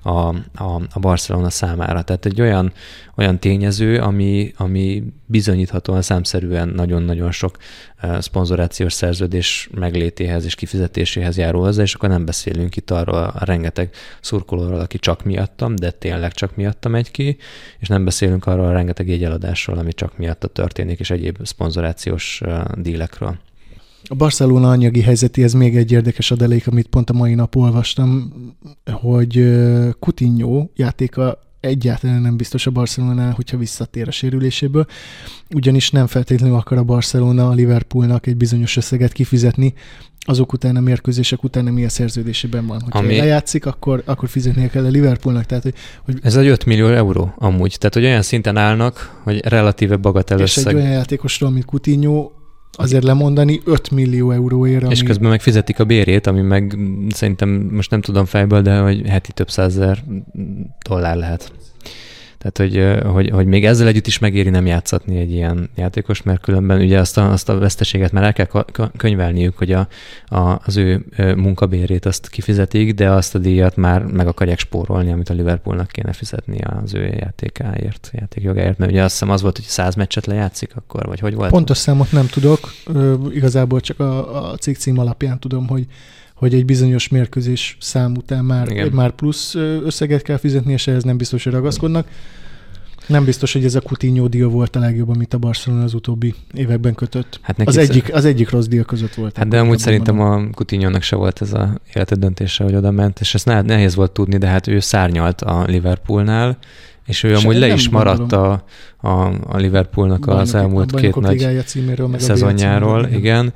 a Barcelona számára. Tehát egy olyan tényező, ami bizonyíthatóan számszerűen nagyon-nagyon sok szponzorációs szerződés meglétéhez és kifizetéséhez járul hozzá, és akkor nem beszélünk itt arról a rengeteg szurkolóról, aki csak miattam, de tényleg csak miatta megy ki, és nem beszélünk arról a rengeteg jegyeladásról, ami csak miatta történik, és egyéb szponzorációs dílekről. A Barcelona anyagi helyzetéhez még egy érdekes adalék, amit pont a mai nap olvastam, hogy Coutinho játéka egyáltalán nem biztos a Barcelonánál, hogyha visszatér a sérüléséből, ugyanis nem feltétlenül akar a Barcelona a Liverpoolnak egy bizonyos összeget kifizetni, azok után a mérkőzések után mi a szerződésében van. Hogyha lejátszik, akkor fizetnie kell a Liverpoolnak. Tehát, hogy ez egy 5 millió euró amúgy. Tehát, hogy olyan szinten állnak, hogy relatíve bagatel összeg. És egy olyan játékosról, mint Coutinho, azért lemondani 5 millió euróért. És közben meg fizetik a bérét, ami meg szerintem most nem tudom fejből, de hogy heti több $100,000 lehet. Tehát, hogy még ezzel együtt is megéri nem játszatni egy ilyen játékos, mert különben ugye azt a veszteséget már el kell könyvelniük, hogy az ő munkabérét azt kifizetik, de azt a díjat már meg akarják spórolni, amit a Liverpoolnak kéne fizetni az ő játékjogáért, mert ugye azt hiszem az volt, hogy 100 meccset lejátszik akkor, vagy hogy volt? Pontos számot nem tudok, igazából csak a cikk cím alapján tudom, hogy egy bizonyos mérkőzés szám után már plusz összeget kell fizetni, és ehhez nem biztos, hogy ragaszkodnak. Nem biztos, hogy ez a Coutinho deal volt a legjobb, amit a Barcelona az utóbbi években kötött. Hát az egyik rossz deal között volt. Hát de amúgy szerintem a Coutinho-nak se volt ez a életed döntése, hogy oda ment, és ezt nehéz volt tudni, de hát ő szárnyalt a Liverpoolnál, és ő amúgy le is maradt a Liverpoolnak az elmúlt két nagy szezonjáról, igen.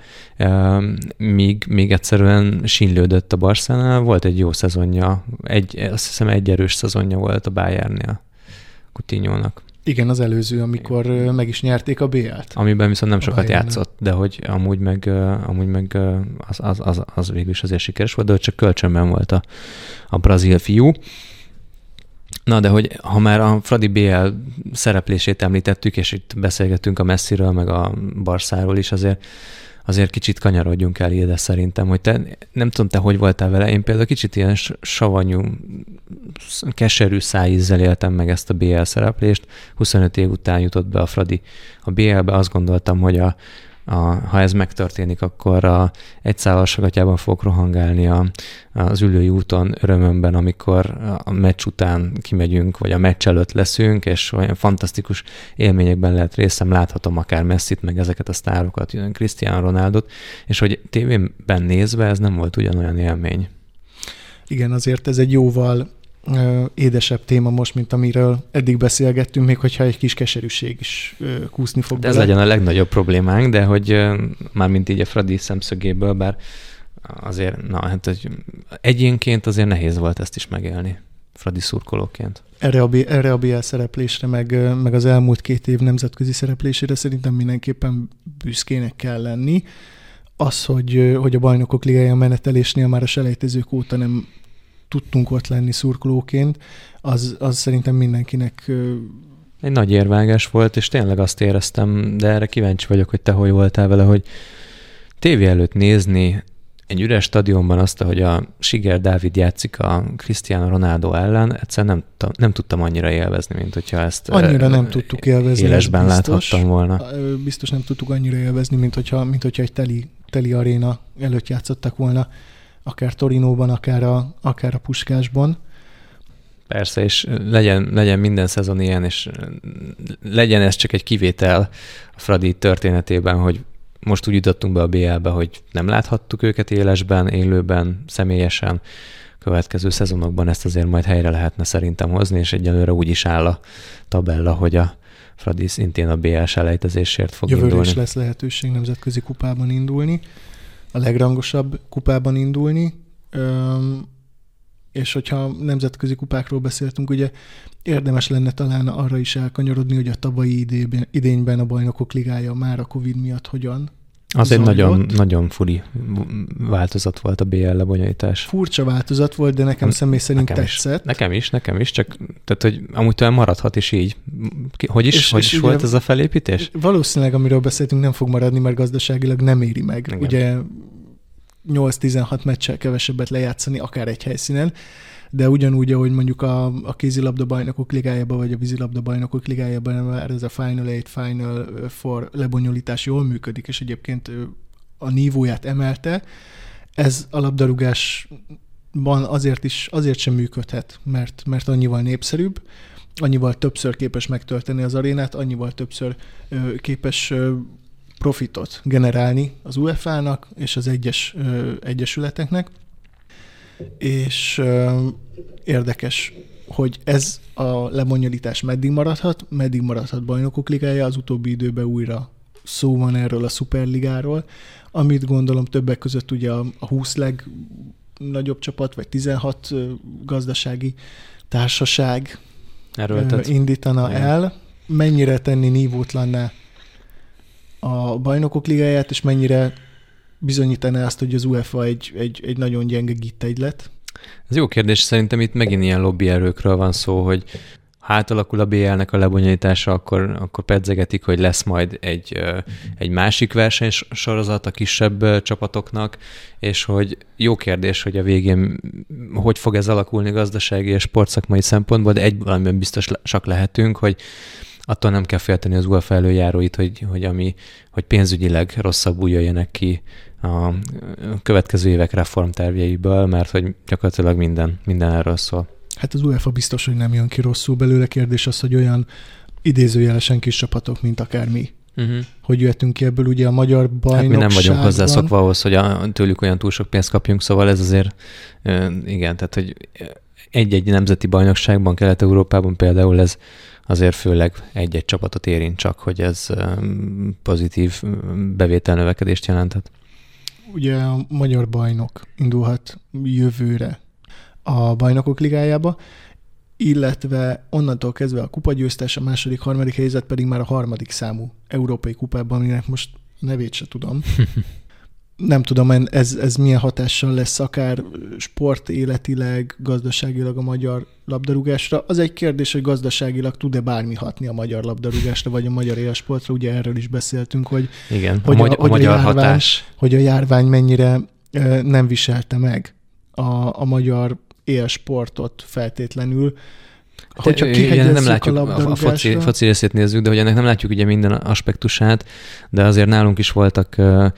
Míg egyszerűen sínlődött a Barcelonánál, volt egy jó szezonja, azt hiszem egy erős szezonja volt a Bayernnél Coutinho-nak. Igen, az előző, amikor meg is nyerték a BL-t. Amiben viszont nem sokat játszott, de hogy amúgy meg az végül is azért sikeres volt, de hogy csak kölcsönben volt a brazil fiú. Na, de hogy ha már a Fradi BL szereplését említettük, és itt beszélgettünk a Messiről, meg a Barszáról is, azért kicsit kanyarodjunk el ide szerintem, hogy nem tudom, te hogy voltál vele, én például kicsit ilyen savanyú, keserű szájízzel éltem meg ezt a BL szereplést, 25 év után jutott be a Fradi a BL-be, azt gondoltam, hogy ha ez megtörténik, akkor egy szállal fogok rohangálni az Üllői úton örömömben, amikor a meccs után kimegyünk, vagy a meccs előtt leszünk, és olyan fantasztikus élményekben lehet részem, láthatom akár Messit, meg ezeket a sztárokat, Cristiano Ronaldot, és hogy tévében nézve ez nem volt ugyanolyan élmény. Igen, azért ez egy jóval édesebb téma most, mint amiről eddig beszélgettünk, még hogyha egy kis keserűség is kúszni fog bele. Ez legyen a legnagyobb problémánk, de hogy mármint így a Fradi szemszögéből, bár azért, hogy egyénként azért nehéz volt ezt is megélni, Fradi szurkolóként. Erre a BL szereplésre, meg az elmúlt 2 év nemzetközi szereplésére szerintem mindenképpen büszkének kell lenni. Az, hogy a Bajnokok Ligája menetelésnél már a selejtezők óta nem tudtunk ott lenni szurkolóként, az szerintem mindenkinek... Egy nagy érvágás volt, és tényleg azt éreztem, de erre kíváncsi vagyok, hogy te hogy voltál vele, hogy tévé előtt nézni egy üres stadionban azt, hogy a Siger Dávid játszik a Cristiano Ronaldo ellen, egyszerűen nem tudtam annyira élvezni, mint hogyha ezt annyira nem tudtuk élvezni, élesben láthattam volna. Biztos nem tudtuk annyira élvezni, mint hogyha egy teli aréna előtt játszottak volna, akár Torinóban, akár a Puskásban. Persze, és legyen minden szezon ilyen, és legyen ez csak egy kivétel a Fradi történetében, hogy most úgy jutottunk be a BL-be, hogy nem láthattuk őket élesben, élőben, személyesen. következő szezonokban ezt azért majd helyre lehetne szerintem hozni, és egyelőre úgy is áll a tabella, hogy a Fradi szintén a BL selejtezésért fog indulni. Jövőre is lesz lehetőség nemzetközi kupában indulni, a legrangosabb kupában indulni, és hogyha nemzetközi kupákról beszéltünk, ugye érdemes lenne talán arra is elkanyarodni, hogy a tavalyi idényben a Bajnokok Ligája már a Covid miatt hogyan az egy nagyon furi változat volt a BL lebonyolítás. Furcsa változat volt, de nekem személy szerint tetszett. Nekem is, csak tehát, hogy amúgy talán maradhat is így. Hogy is volt ez a felépítés? Valószínűleg, amiről beszéltünk, nem fog maradni, mert gazdaságilag nem éri meg. Igen. Ugye 8-16 meccsel kevesebbet lejátszani, akár egy helyszínen, de ugyanúgy, ahogy mondjuk a kézilabda bajnokok ligájában, vagy a vízilabda bajnokok ligájában már ez a Final 8, Final 4 lebonyolítás jól működik, és egyébként a nívóját emelte. Ez a labdarúgásban azért sem működhet, mert annyival népszerűbb, annyival többször képes megtölteni az arénát, annyival többször képes profitot generálni az UEFA-nak és az egyes egyesületeknek. És érdekes, hogy ez a lebonyolítás meddig maradhat Bajnokok Ligája, az utóbbi időben újra szó van erről a Szuperligáról, amit gondolom többek között ugye a 20 legnagyobb csapat, vagy 16 gazdasági társaság indítana el. Mennyire tenni nívótlanná a Bajnokok Ligáját, és mennyire bizonyítaná azt, hogy az UEFA egy nagyon gyenge gittegylet? Ez jó kérdés, szerintem itt megint ilyen lobbyerőkről van szó, hogy ha átalakul a BL-nek a lebonyolítása, akkor pedzegetik, hogy lesz majd egy másik versenysorozat a kisebb csapatoknak, és hogy jó kérdés, hogy a végén hogy fog ez alakulni gazdasági és sportszakmai szempontból, de egy valamiben biztosak lehetünk, hogy attól nem kell félteni az UEFA előjáróit, hogy pénzügyileg rosszabbul jöjjenek ki a következő évek reformtervjeiből, mert hogy gyakorlatilag minden erről szól. Hát az UEFA biztos, hogy nem jön ki rosszul belőle. Kérdés az, hogy olyan idézőjelesen kis csapatok, mint akár mi. Hogy jöttünk ki ebből, ugye a magyar bajnokságban. Hát mi nem vagyunk hozzászokva ahhoz, hogy tőlük olyan túl sok pénzt kapjunk, szóval ez azért, igen, tehát hogy egy-egy nemzeti bajnokságban, Kelet-Európában például ez azért főleg egy-egy csapatot érint csak, hogy ez pozitív bevételnövekedést jelenthet. Ugye a magyar bajnok indulhat jövőre a Bajnokok Ligájába, illetve onnantól kezdve a kupagyőztes, a második, harmadik helyzet pedig már a harmadik számú európai kupában, aminek most nevét se tudom. Nem tudom, ez milyen hatással lesz akár sportéletileg, gazdaságilag a magyar labdarúgásra. Az egy kérdés, hogy gazdaságilag tud-e bármi hatni a magyar labdarúgásra, vagy a magyar élsportra. Ugye erről is beszéltünk, hogy, igen, a magyar hatás. Hogy a járvány mennyire nem viselte meg a magyar élsportot feltétlenül. Hogyha nem látjuk a foci részét nézzük, de hogy ennek nem látjuk ugye minden aspektusát, de azért nálunk is voltak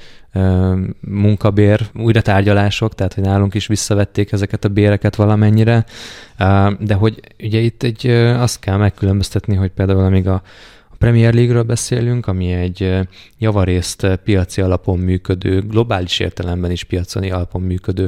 munkabér újratárgyalások, tehát hogy nálunk is visszavették ezeket a béreket valamennyire, de hogy ugye itt azt kell megkülönböztetni, hogy például amíg a Premier League-ről beszélünk, ami egy javarészt piaci alapon működő, globális értelemben is piaci alapon működő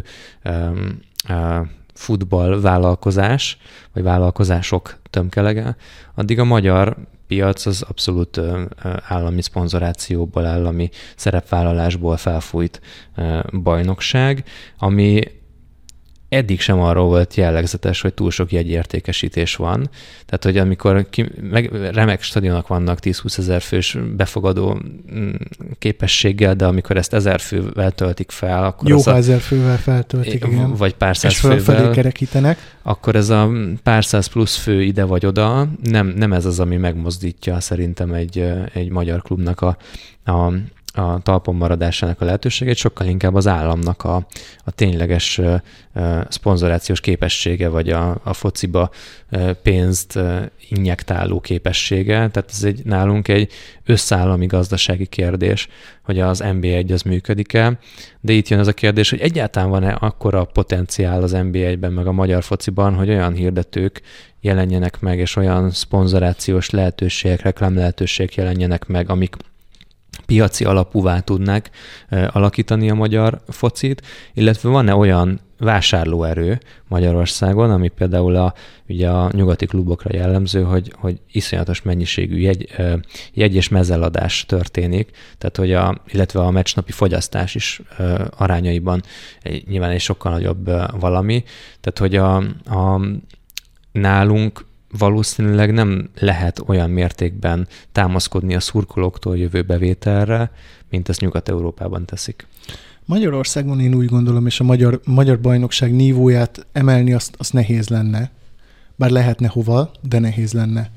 futballvállalkozás, vagy vállalkozások tömkelege, addig a magyar piac az abszolút állami szponzorációból, állami szerepvállalásból felfújt bajnokság, ami eddig sem arról volt jellegzetes, hogy túl sok jegyértékesítés van. Tehát, hogy amikor remek stadionok vannak 10-20 ezer fős befogadó képességgel, de amikor ezt 1000 fővel töltik fel, akkor jó, ha 1000 fővel feltöltik, igen. Vagy pár száz fővel, kerekítenek. Akkor ez a pár száz plusz fő ide vagy oda, nem ez az, ami megmozdítja szerintem egy magyar klubnak a talpon maradásának a lehetőségét, sokkal inkább az államnak a tényleges szponzorációs képessége, vagy a fociba pénzt injektáló képessége. Tehát ez nálunk egy összeállami gazdasági kérdés, hogy az NB1 az működik-e, de itt jön az a kérdés, hogy egyáltalán van-e akkora potenciál az NB1-ben, meg a magyar fociban, hogy olyan hirdetők jelenjenek meg, és olyan szponzorációs lehetőségek, reklám lehetőségek jelenjenek meg, amik piaci alapúvá tudnák alakítani a magyar focit, illetve van-e olyan vásárlóerő Magyarországon, ami például ugye a nyugati klubokra jellemző, hogy iszonyatos mennyiségű jegy és mezeladás történik, tehát illetve a meccsnapi fogyasztás is arányaiban nyilván egy sokkal nagyobb valami, tehát hogy nálunk valószínűleg nem lehet olyan mértékben támaszkodni a szurkolóktól jövő bevételre, mint ezt Nyugat-Európában teszik. Magyarországon én úgy gondolom, és a magyar bajnokság nívóját emelni azt nehéz lenne. Bár lehetne hova, de nehéz lenne.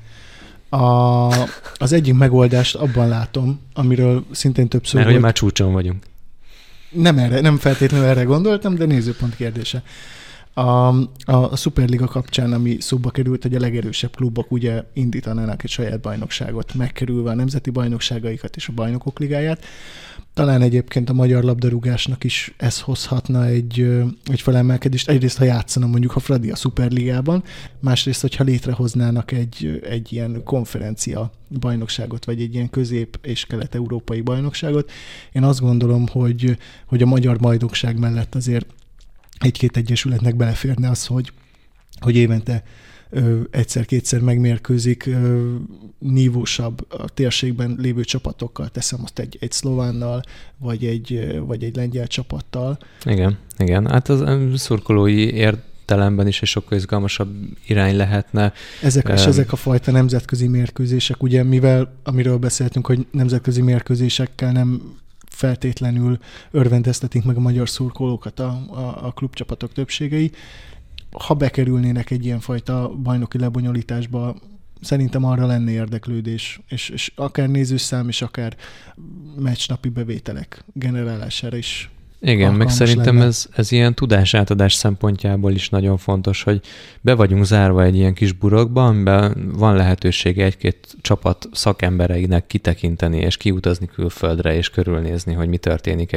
Az egyik megoldást abban látom, amiről szintén többször volt. Mert hogy már csúcson vagyunk. Nem feltétlenül erre gondoltam, de nézőpont kérdése. A Szuperliga kapcsán, ami szóba került, hogy a legerősebb klubok ugye indítanának egy saját bajnokságot, megkerülve a nemzeti bajnokságaikat és a Bajnokok Ligáját. Talán egyébként a magyar labdarúgásnak is ez hozhatna egy felemelkedést. Egyrészt, ha játszana mondjuk a Fradi a Szuperligában, másrészt, hogyha létrehoznának egy ilyen konferencia bajnokságot, vagy egy ilyen közép- és kelet-európai bajnokságot. Én azt gondolom, hogy a magyar bajnokság mellett azért egy-két egyesületnek beleférne az, hogy évente egyszer-kétszer megmérkőzik nívósabb a térségben lévő csapatokkal, teszem azt egy szlovánnal, vagy egy lengyel csapattal. Igen. Hát az szurkolói értelemben is egy sokkal izgalmasabb irány lehetne. Ezek a fajta nemzetközi mérkőzések, ugye amiről beszéltünk, hogy nemzetközi mérkőzésekkel nem feltétlenül örvendeztetik meg a magyar szurkolókat a klubcsapatok többségei. Ha bekerülnének egy ilyenfajta bajnoki lebonyolításba, szerintem arra lenne érdeklődés, és akár nézőszám, és akár meccsnapi bevételek generálására is. Igen, meg szerintem ez ilyen tudásátadás szempontjából is nagyon fontos, hogy be vagyunk zárva egy ilyen kis burokba, amiben van lehetősége egy-két csapat szakembereinek kitekinteni, és kiutazni külföldre, és körülnézni, hogy mi történik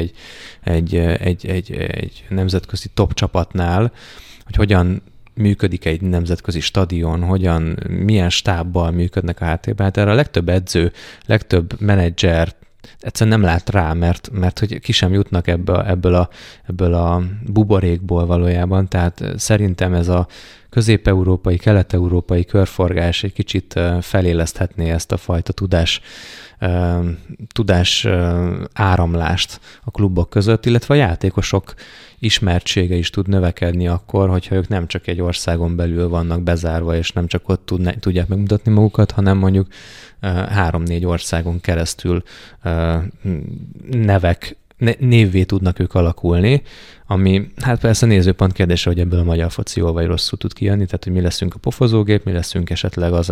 egy nemzetközi top csapatnál, hogy hogyan működik egy nemzetközi stadion, milyen stábbal működnek a háttérben. Hát erre a legtöbb edző, legtöbb menedzser egyszerűen nem lát rá, mert hogy ki sem jutnak ebből a buborékból valójában. Tehát szerintem ez a közép-európai, kelet-európai körforgás egy kicsit feléleszthetné ezt a fajta tudás áramlást a klubok között, illetve a játékosok ismertsége is tud növekedni akkor, hogyha ők nem csak egy országon belül vannak bezárva, és nem csak ott tudják megmutatni magukat, hanem mondjuk 3-4 országon keresztül névvé tudnak ők alakulni, ami hát persze nézőpont kérdése, hogy ebből a magyar foci jól vagy rosszul tud kijönni, tehát hogy mi leszünk a pofozógép, mi leszünk esetleg az,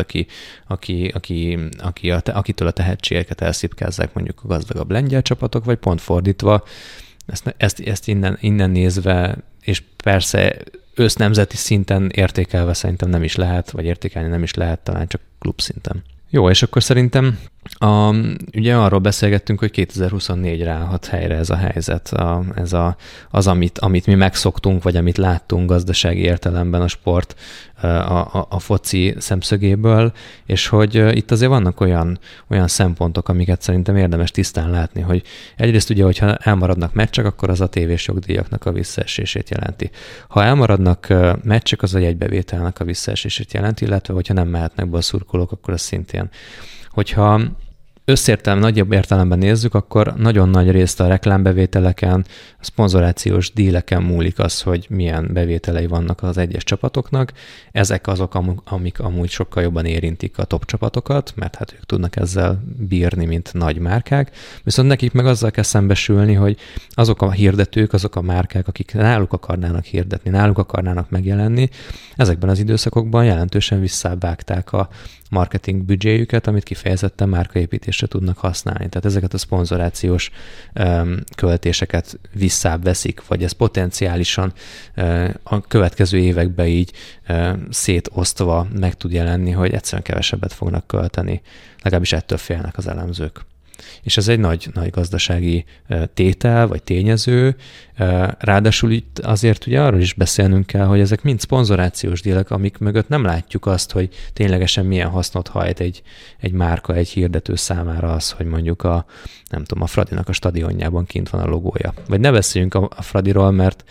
akitől a tehetségeket elszipkázzák mondjuk a gazdagabb lengyel csapatok, vagy pont fordítva, ezt innen nézve, és persze össznemzeti szinten értékelve szerintem nem is lehet, vagy értékelni nem is lehet, talán csak klub szinten. Jó, és akkor szerintem ugye arról beszélgettünk, hogy 2024-re állhat helyre ez a helyzet, az, amit mi megszoktunk, vagy amit láttunk gazdasági értelemben a sport, a foci szemszögéből, és hogy itt azért vannak olyan szempontok, amiket szerintem érdemes tisztán látni, hogy egyrészt ugye, hogyha elmaradnak meccsek, akkor az a tévés jogdíjaknak a visszaesését jelenti. Ha elmaradnak meccsek, az a jegybevételnek a visszaesését jelenti, illetve hogyha nem mehetnek be a szurkolók, akkor az szintén. Hogyha nagyobb értelemben nézzük, akkor nagyon nagy részt a reklámbevételeken, a szponzorációs díleken múlik az, hogy milyen bevételei vannak az egyes csapatoknak. Ezek azok, amik amúgy sokkal jobban érintik a top csapatokat, mert hát ők tudnak ezzel bírni, mint nagy márkák. Viszont nekik meg azzal kell szembesülni, hogy azok a hirdetők, azok a márkák, akik náluk akarnának hirdetni, náluk akarnának megjelenni, ezekben az időszakokban jelentősen visszavágták a marketing büdzséjüket, amit kifejezetten márkaépítésre tudnak használni. Tehát ezeket a szponzorációs költéseket visszább veszik, vagy ez potenciálisan a következő években így szétosztva meg tud jelenni, hogy egyszerűen kevesebbet fognak költeni. Legalábbis ettől félnek az elemzők. És ez egy nagy gazdasági tétel, vagy tényező. Ráadásul itt azért ugye arról is beszélnünk kell, hogy ezek mind szponzorációs dílek, amik mögött nem látjuk azt, hogy ténylegesen milyen hasznot hajt egy márka, egy hirdető számára az, hogy mondjuk a Fradinak a stadionjában kint van a logója. Vagy ne beszéljünk a Fradiról, mert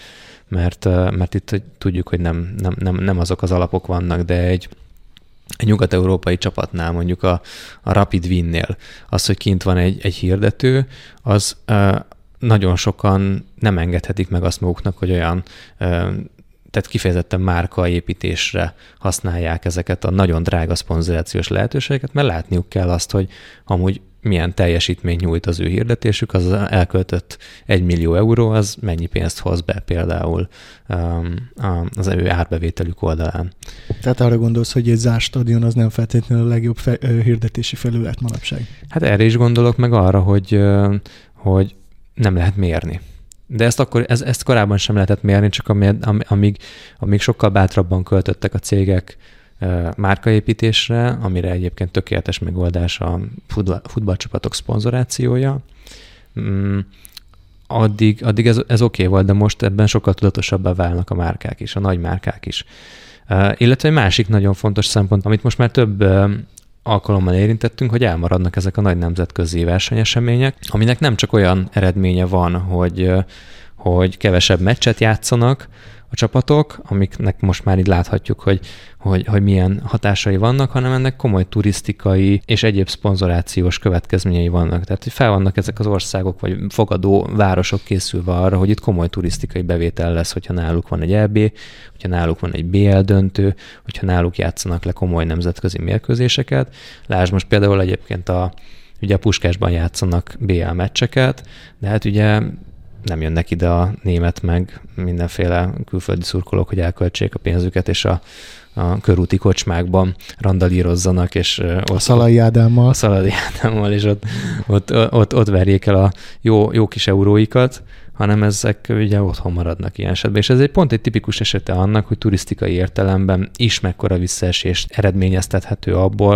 mert itt tudjuk, hogy nem azok az alapok vannak, de egy nyugat-európai csapatnál, mondjuk a Rapid Winnél, az, hogy kint van egy hirdető, az nagyon sokan nem engedhetik meg azt maguknak, hogy olyan, tehát kifejezetten márkaépítésre használják ezeket a nagyon drága szponzorációs lehetőségeket, mert látniuk kell azt, hogy amúgy milyen teljesítményt nyújt az ő hirdetésük, az elköltött 1 millió euró, az mennyi pénzt hoz be például az ő árbevételük oldalán. Tehát arra gondolsz, hogy egy zárt stadion az nem feltétlenül a legjobb hirdetési felület manapság? Hát erre is gondolok, meg arra, hogy nem lehet mérni. De ezt korábban sem lehetett mérni, csak amíg sokkal bátrabban költöttek a cégek márkaépítésre, amire egyébként tökéletes megoldás a futballcsapatok szponzorációja. Addig ez oké volt, de most ebben sokkal tudatosabbá válnak a márkák is, a nagy márkák is. Illetve egy másik nagyon fontos szempont, amit most már több alkalommal érintettünk, hogy elmaradnak ezek a nagy nemzetközi versenyesemények, aminek nem csak olyan eredménye van, hogy kevesebb meccset játszanak a csapatok, amiknek most már így láthatjuk, hogy milyen hatásai vannak, hanem ennek komoly turisztikai és egyéb szponzorációs következményei vannak. Tehát, hogy fel vannak ezek az országok, vagy fogadó városok készülve arra, hogy itt komoly turisztikai bevétel lesz, hogyha náluk van egy EB, hogyha náluk van egy BL döntő, hogyha náluk játszanak le komoly nemzetközi mérkőzéseket. Lásd most például egyébként ugye a Puskásban játszanak BL meccseket, de hát ugye nem jönnek ide a német meg mindenféle külföldi szurkolók, hogy elköltsék a pénzüket, és a körúti kocsmákban randalírozzanak, és a Szalai Ádámmal. És ott verjék el a jó kis euróikat, hanem ezek ugye otthon maradnak ilyen esetben. És ez pont egy tipikus esete annak, Hogy turisztikai értelemben is mekkora visszaesést eredményeztethető abból,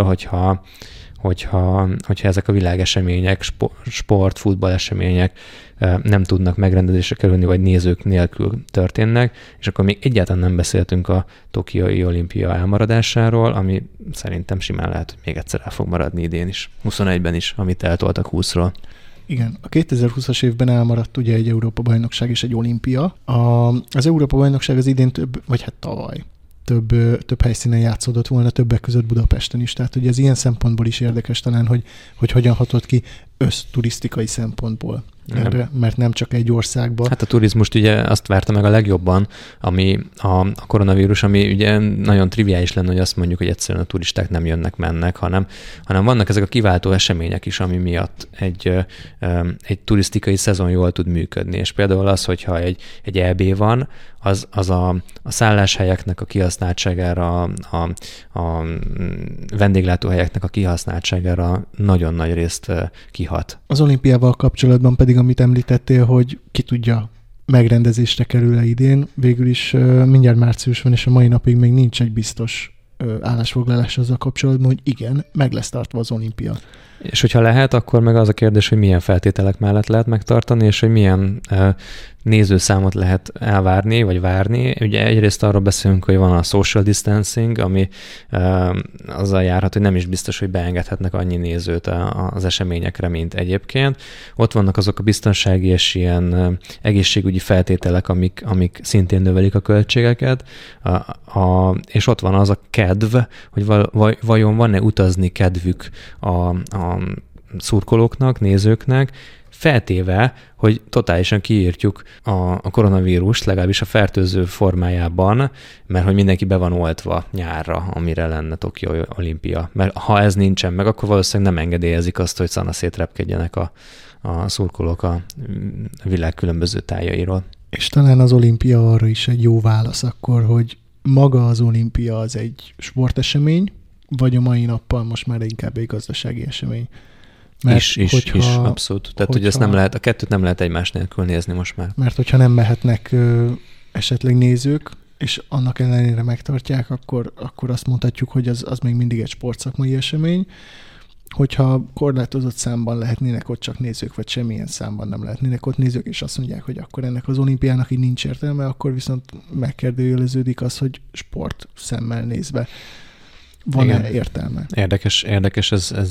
hogyha ezek a világesemények, sport, futballesemények nem tudnak megrendezésre kerülni, vagy nézők nélkül történnek, és akkor még egyáltalán nem beszéltünk a Tokiói olimpia elmaradásáról, ami szerintem simán lehet, hogy még egyszer el fog maradni idén is, 21-ben is, amit eltoltak 20-ról. Igen, a 2020-as évben elmaradt ugye egy Európa-bajnokság és egy olimpia. Az Európa-bajnokság az idén tavaly több helyszínen játszódott volna, többek között Budapesten is. Tehát ugye ez ilyen szempontból is érdekes talán, hogy hogyan hatott ki összturisztikai szempontból. Mert nem csak egy országban. Hát a turizmust ugye azt várta meg a legjobban, ami a koronavírus, ami ugye nagyon triviális lenne, hogy azt mondjuk, hogy egyszerűen a turisták nem jönnek-mennek, hanem vannak ezek a kiváltó események is, ami miatt egy turisztikai szezon jól tud működni. És például az, hogyha egy EB van, az a szálláshelyeknek a kihasználtságára, a vendéglátóhelyeknek a kihasználtságára nagyon nagy részt kihat. Az olimpiával kapcsolatban pedig, amit említettél, hogy ki tudja, megrendezésre kerül-e idén, végül is mindjárt március van, és a mai napig még nincs egy biztos állásfoglalás azzal kapcsolatban, hogy igen, meg lesz tartva az olimpia. És hogyha lehet, akkor meg az a kérdés, hogy milyen feltételek mellett lehet megtartani, és hogy milyen nézőszámot lehet elvárni, vagy várni. Ugye egyrészt arról beszélünk, hogy van a social distancing, ami azzal járhat, hogy nem is biztos, hogy beengedhetnek annyi nézőt az eseményekre, mint egyébként. Ott vannak azok a biztonsági és ilyen egészségügyi feltételek, amik szintén növelik a költségeket, és ott van az a kedv, hogy vajon van-e utazni kedvük a szurkolóknak, nézőknek, feltéve, hogy totálisan kiírtjuk a koronavírust, legalábbis a fertőző formájában, mert hogy mindenki be van oltva nyárra, amire lenne Tokió olimpia. Mert ha ez nincsen meg, akkor valószínűleg nem engedélyezik azt, hogy szanaszét repkedjenek a szurkolók a világ különböző tájairól. És talán az olimpia arra is egy jó válasz akkor, hogy maga az olimpia az egy sportesemény, vagy a mai nappal most már inkább egy gazdasági esemény. Is, abszolút. Tehát, hogy ezt nem lehet, a kettőt nem lehet egymás nélkül nézni most már. Mert hogyha nem mehetnek esetleg nézők, és annak ellenére megtartják, akkor azt mondhatjuk, hogy az még mindig egy sportszakmai esemény. Hogyha korlátozott számban lehetnének ott csak nézők, vagy semmilyen számban nem lehetnének ott nézők, és azt mondják, hogy akkor ennek az olimpiának így nincs értelme, akkor viszont megkérdőjeleződik az, hogy sport szemmel nézve van-e értelme. Érdekes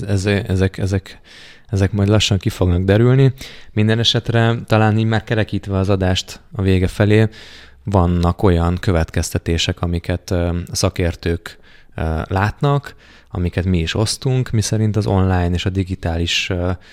ezek majd lassan ki fognak derülni. Minden esetre talán így már kerekítve az adást a vége felé, vannak olyan következtetések, amiket szakértők látnak, amiket mi is osztunk, miszerint az online és a digitális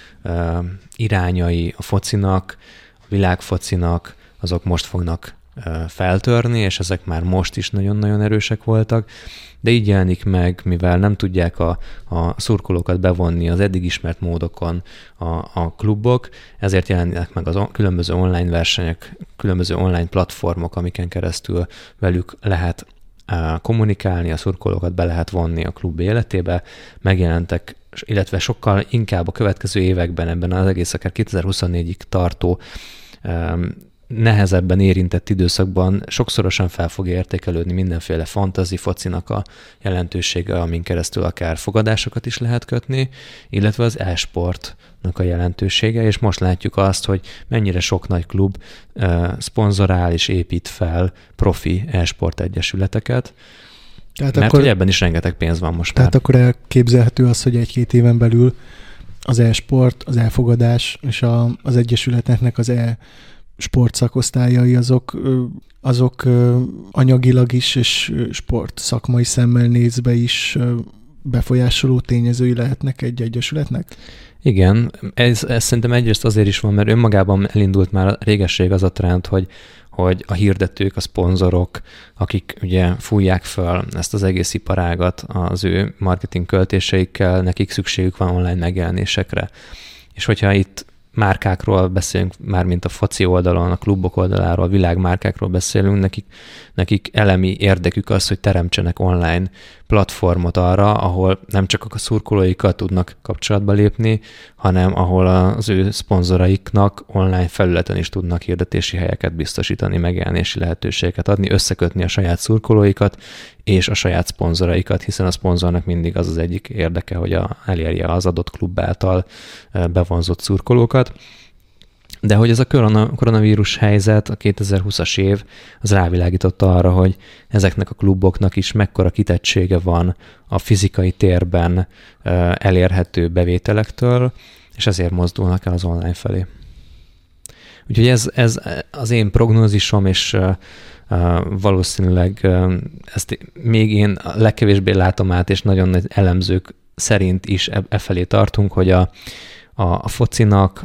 irányai a focinak, a világfocinak, azok most fognak feltörni, és ezek már most is nagyon-nagyon erősek voltak, de így jelenik meg, mivel nem tudják a szurkolókat bevonni az eddig ismert módokon a klubok, ezért jelennek meg a különböző online versenyek, különböző online platformok, amiken keresztül velük lehet kommunikálni, a szurkolókat be lehet vonni a klub életébe, megjelentek, illetve sokkal inkább a következő években ebben az egész akár 2024-ig tartó nehezebben érintett időszakban sokszorosan fel fog értékelődni mindenféle fantasy focinak a jelentősége, amin keresztül akár fogadásokat is lehet kötni, illetve az e-sportnak a jelentősége, és most látjuk azt, hogy mennyire sok nagy klub szponzorál és épít fel profi e-sport egyesületeket, mert akkor, hogy ebben is rengeteg pénz van most tehát már. Tehát akkor elképzelhető az, hogy 1-2 éven belül az e-sport, az elfogadás és az egyesületeknek az sportszakosztályai azok anyagilag is és sport szakmai szemmel nézve is befolyásoló tényezői lehetnek egy egyesületnek? Igen, ez szerintem egyrészt azért is van, mert önmagában elindult már régesség az a trend, hogy a hirdetők, a szponzorok, akik ugye fújják föl ezt az egész iparágat az ő marketing költéseikkel, nekik szükségük van online megjelenésekre. És hogyha itt márkákról beszélünk, mármint a foci oldalon, a klubok oldaláról, világmárkákról beszélünk, nekik elemi érdekük az, hogy teremtsenek online platformot arra, ahol nem csak a szurkolóikkal tudnak kapcsolatba lépni, hanem ahol az ő szponzoraiknak online felületen is tudnak hirdetési helyeket biztosítani, megjelenési lehetőségeket adni, összekötni a saját szurkolóikat és a saját szponzoraikat, hiszen a szponzornak mindig az egyik érdeke, hogy elérje az adott klub által bevonzott szurkolókat. De hogy ez a koronavírus helyzet, a 2020-as év, az rávilágította arra, hogy ezeknek a kluboknak is mekkora kitettsége van a fizikai térben elérhető bevételektől, és ezért mozdulnak el az online felé. Úgyhogy ez az én prognózisom, és valószínűleg ezt még én legkevésbé látom át, és nagyon nagy elemzők szerint is felé tartunk, hogy a focinak,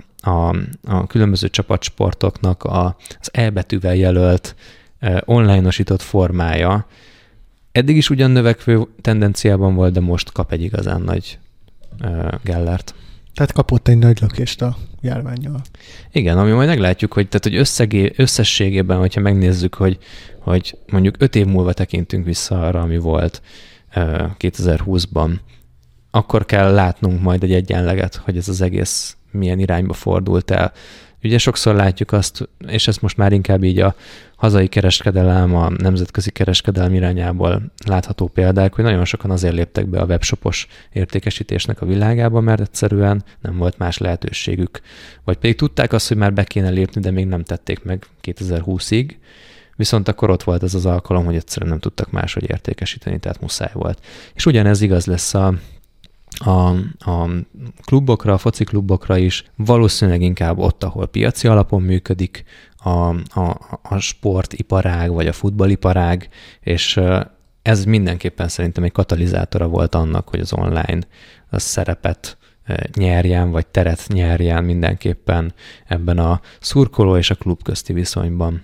a különböző csapatsportoknak az E betűvel jelölt online-osított formája eddig is ugyan növekvő tendenciában volt, de most kap egy igazán nagy gellert. Tehát kapott egy nagy lökést a járvánnyal. Igen, ami majd meglátjuk, hogy összességében, hogyha megnézzük, hogy mondjuk 5 év múlva tekintünk vissza arra, ami volt 2020-ban, akkor kell látnunk majd egy egyenleget, hogy ez az egész milyen irányba fordult el. Ugye sokszor látjuk azt, és ezt most már inkább így a hazai kereskedelem, a nemzetközi kereskedelem irányából látható példák, hogy nagyon sokan azért léptek be a webshopos értékesítésnek a világába, mert egyszerűen nem volt más lehetőségük. Vagy pedig tudták azt, hogy már be kéne lépni, de még nem tették meg 2020-ig, viszont akkor ott volt ez az alkalom, hogy egyszerűen nem tudtak máshogy értékesíteni, tehát muszáj volt. És ugyanez igaz lesz a klubokra, a foci klubokra is, valószínűleg inkább ott, ahol piaci alapon működik a sportiparág, vagy a futballiparág, és ez mindenképpen szerintem egy katalizátora volt annak, hogy az online szerepet nyerjen, vagy teret nyerjen mindenképpen ebben a szurkoló és a klub közti viszonyban.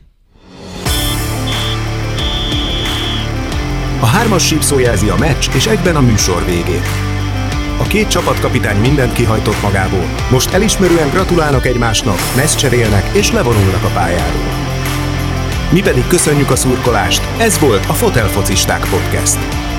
A 3-as sípszó jelzi a meccs, és egyben a műsor végét. A 2 csapatkapitány mindent kihajtott magából. Most elismerően gratulálnak egymásnak, meszt cserélnek és levonulnak a pályáról. Mi pedig köszönjük a szurkolást, ez volt a Fotelfocisták Podcast.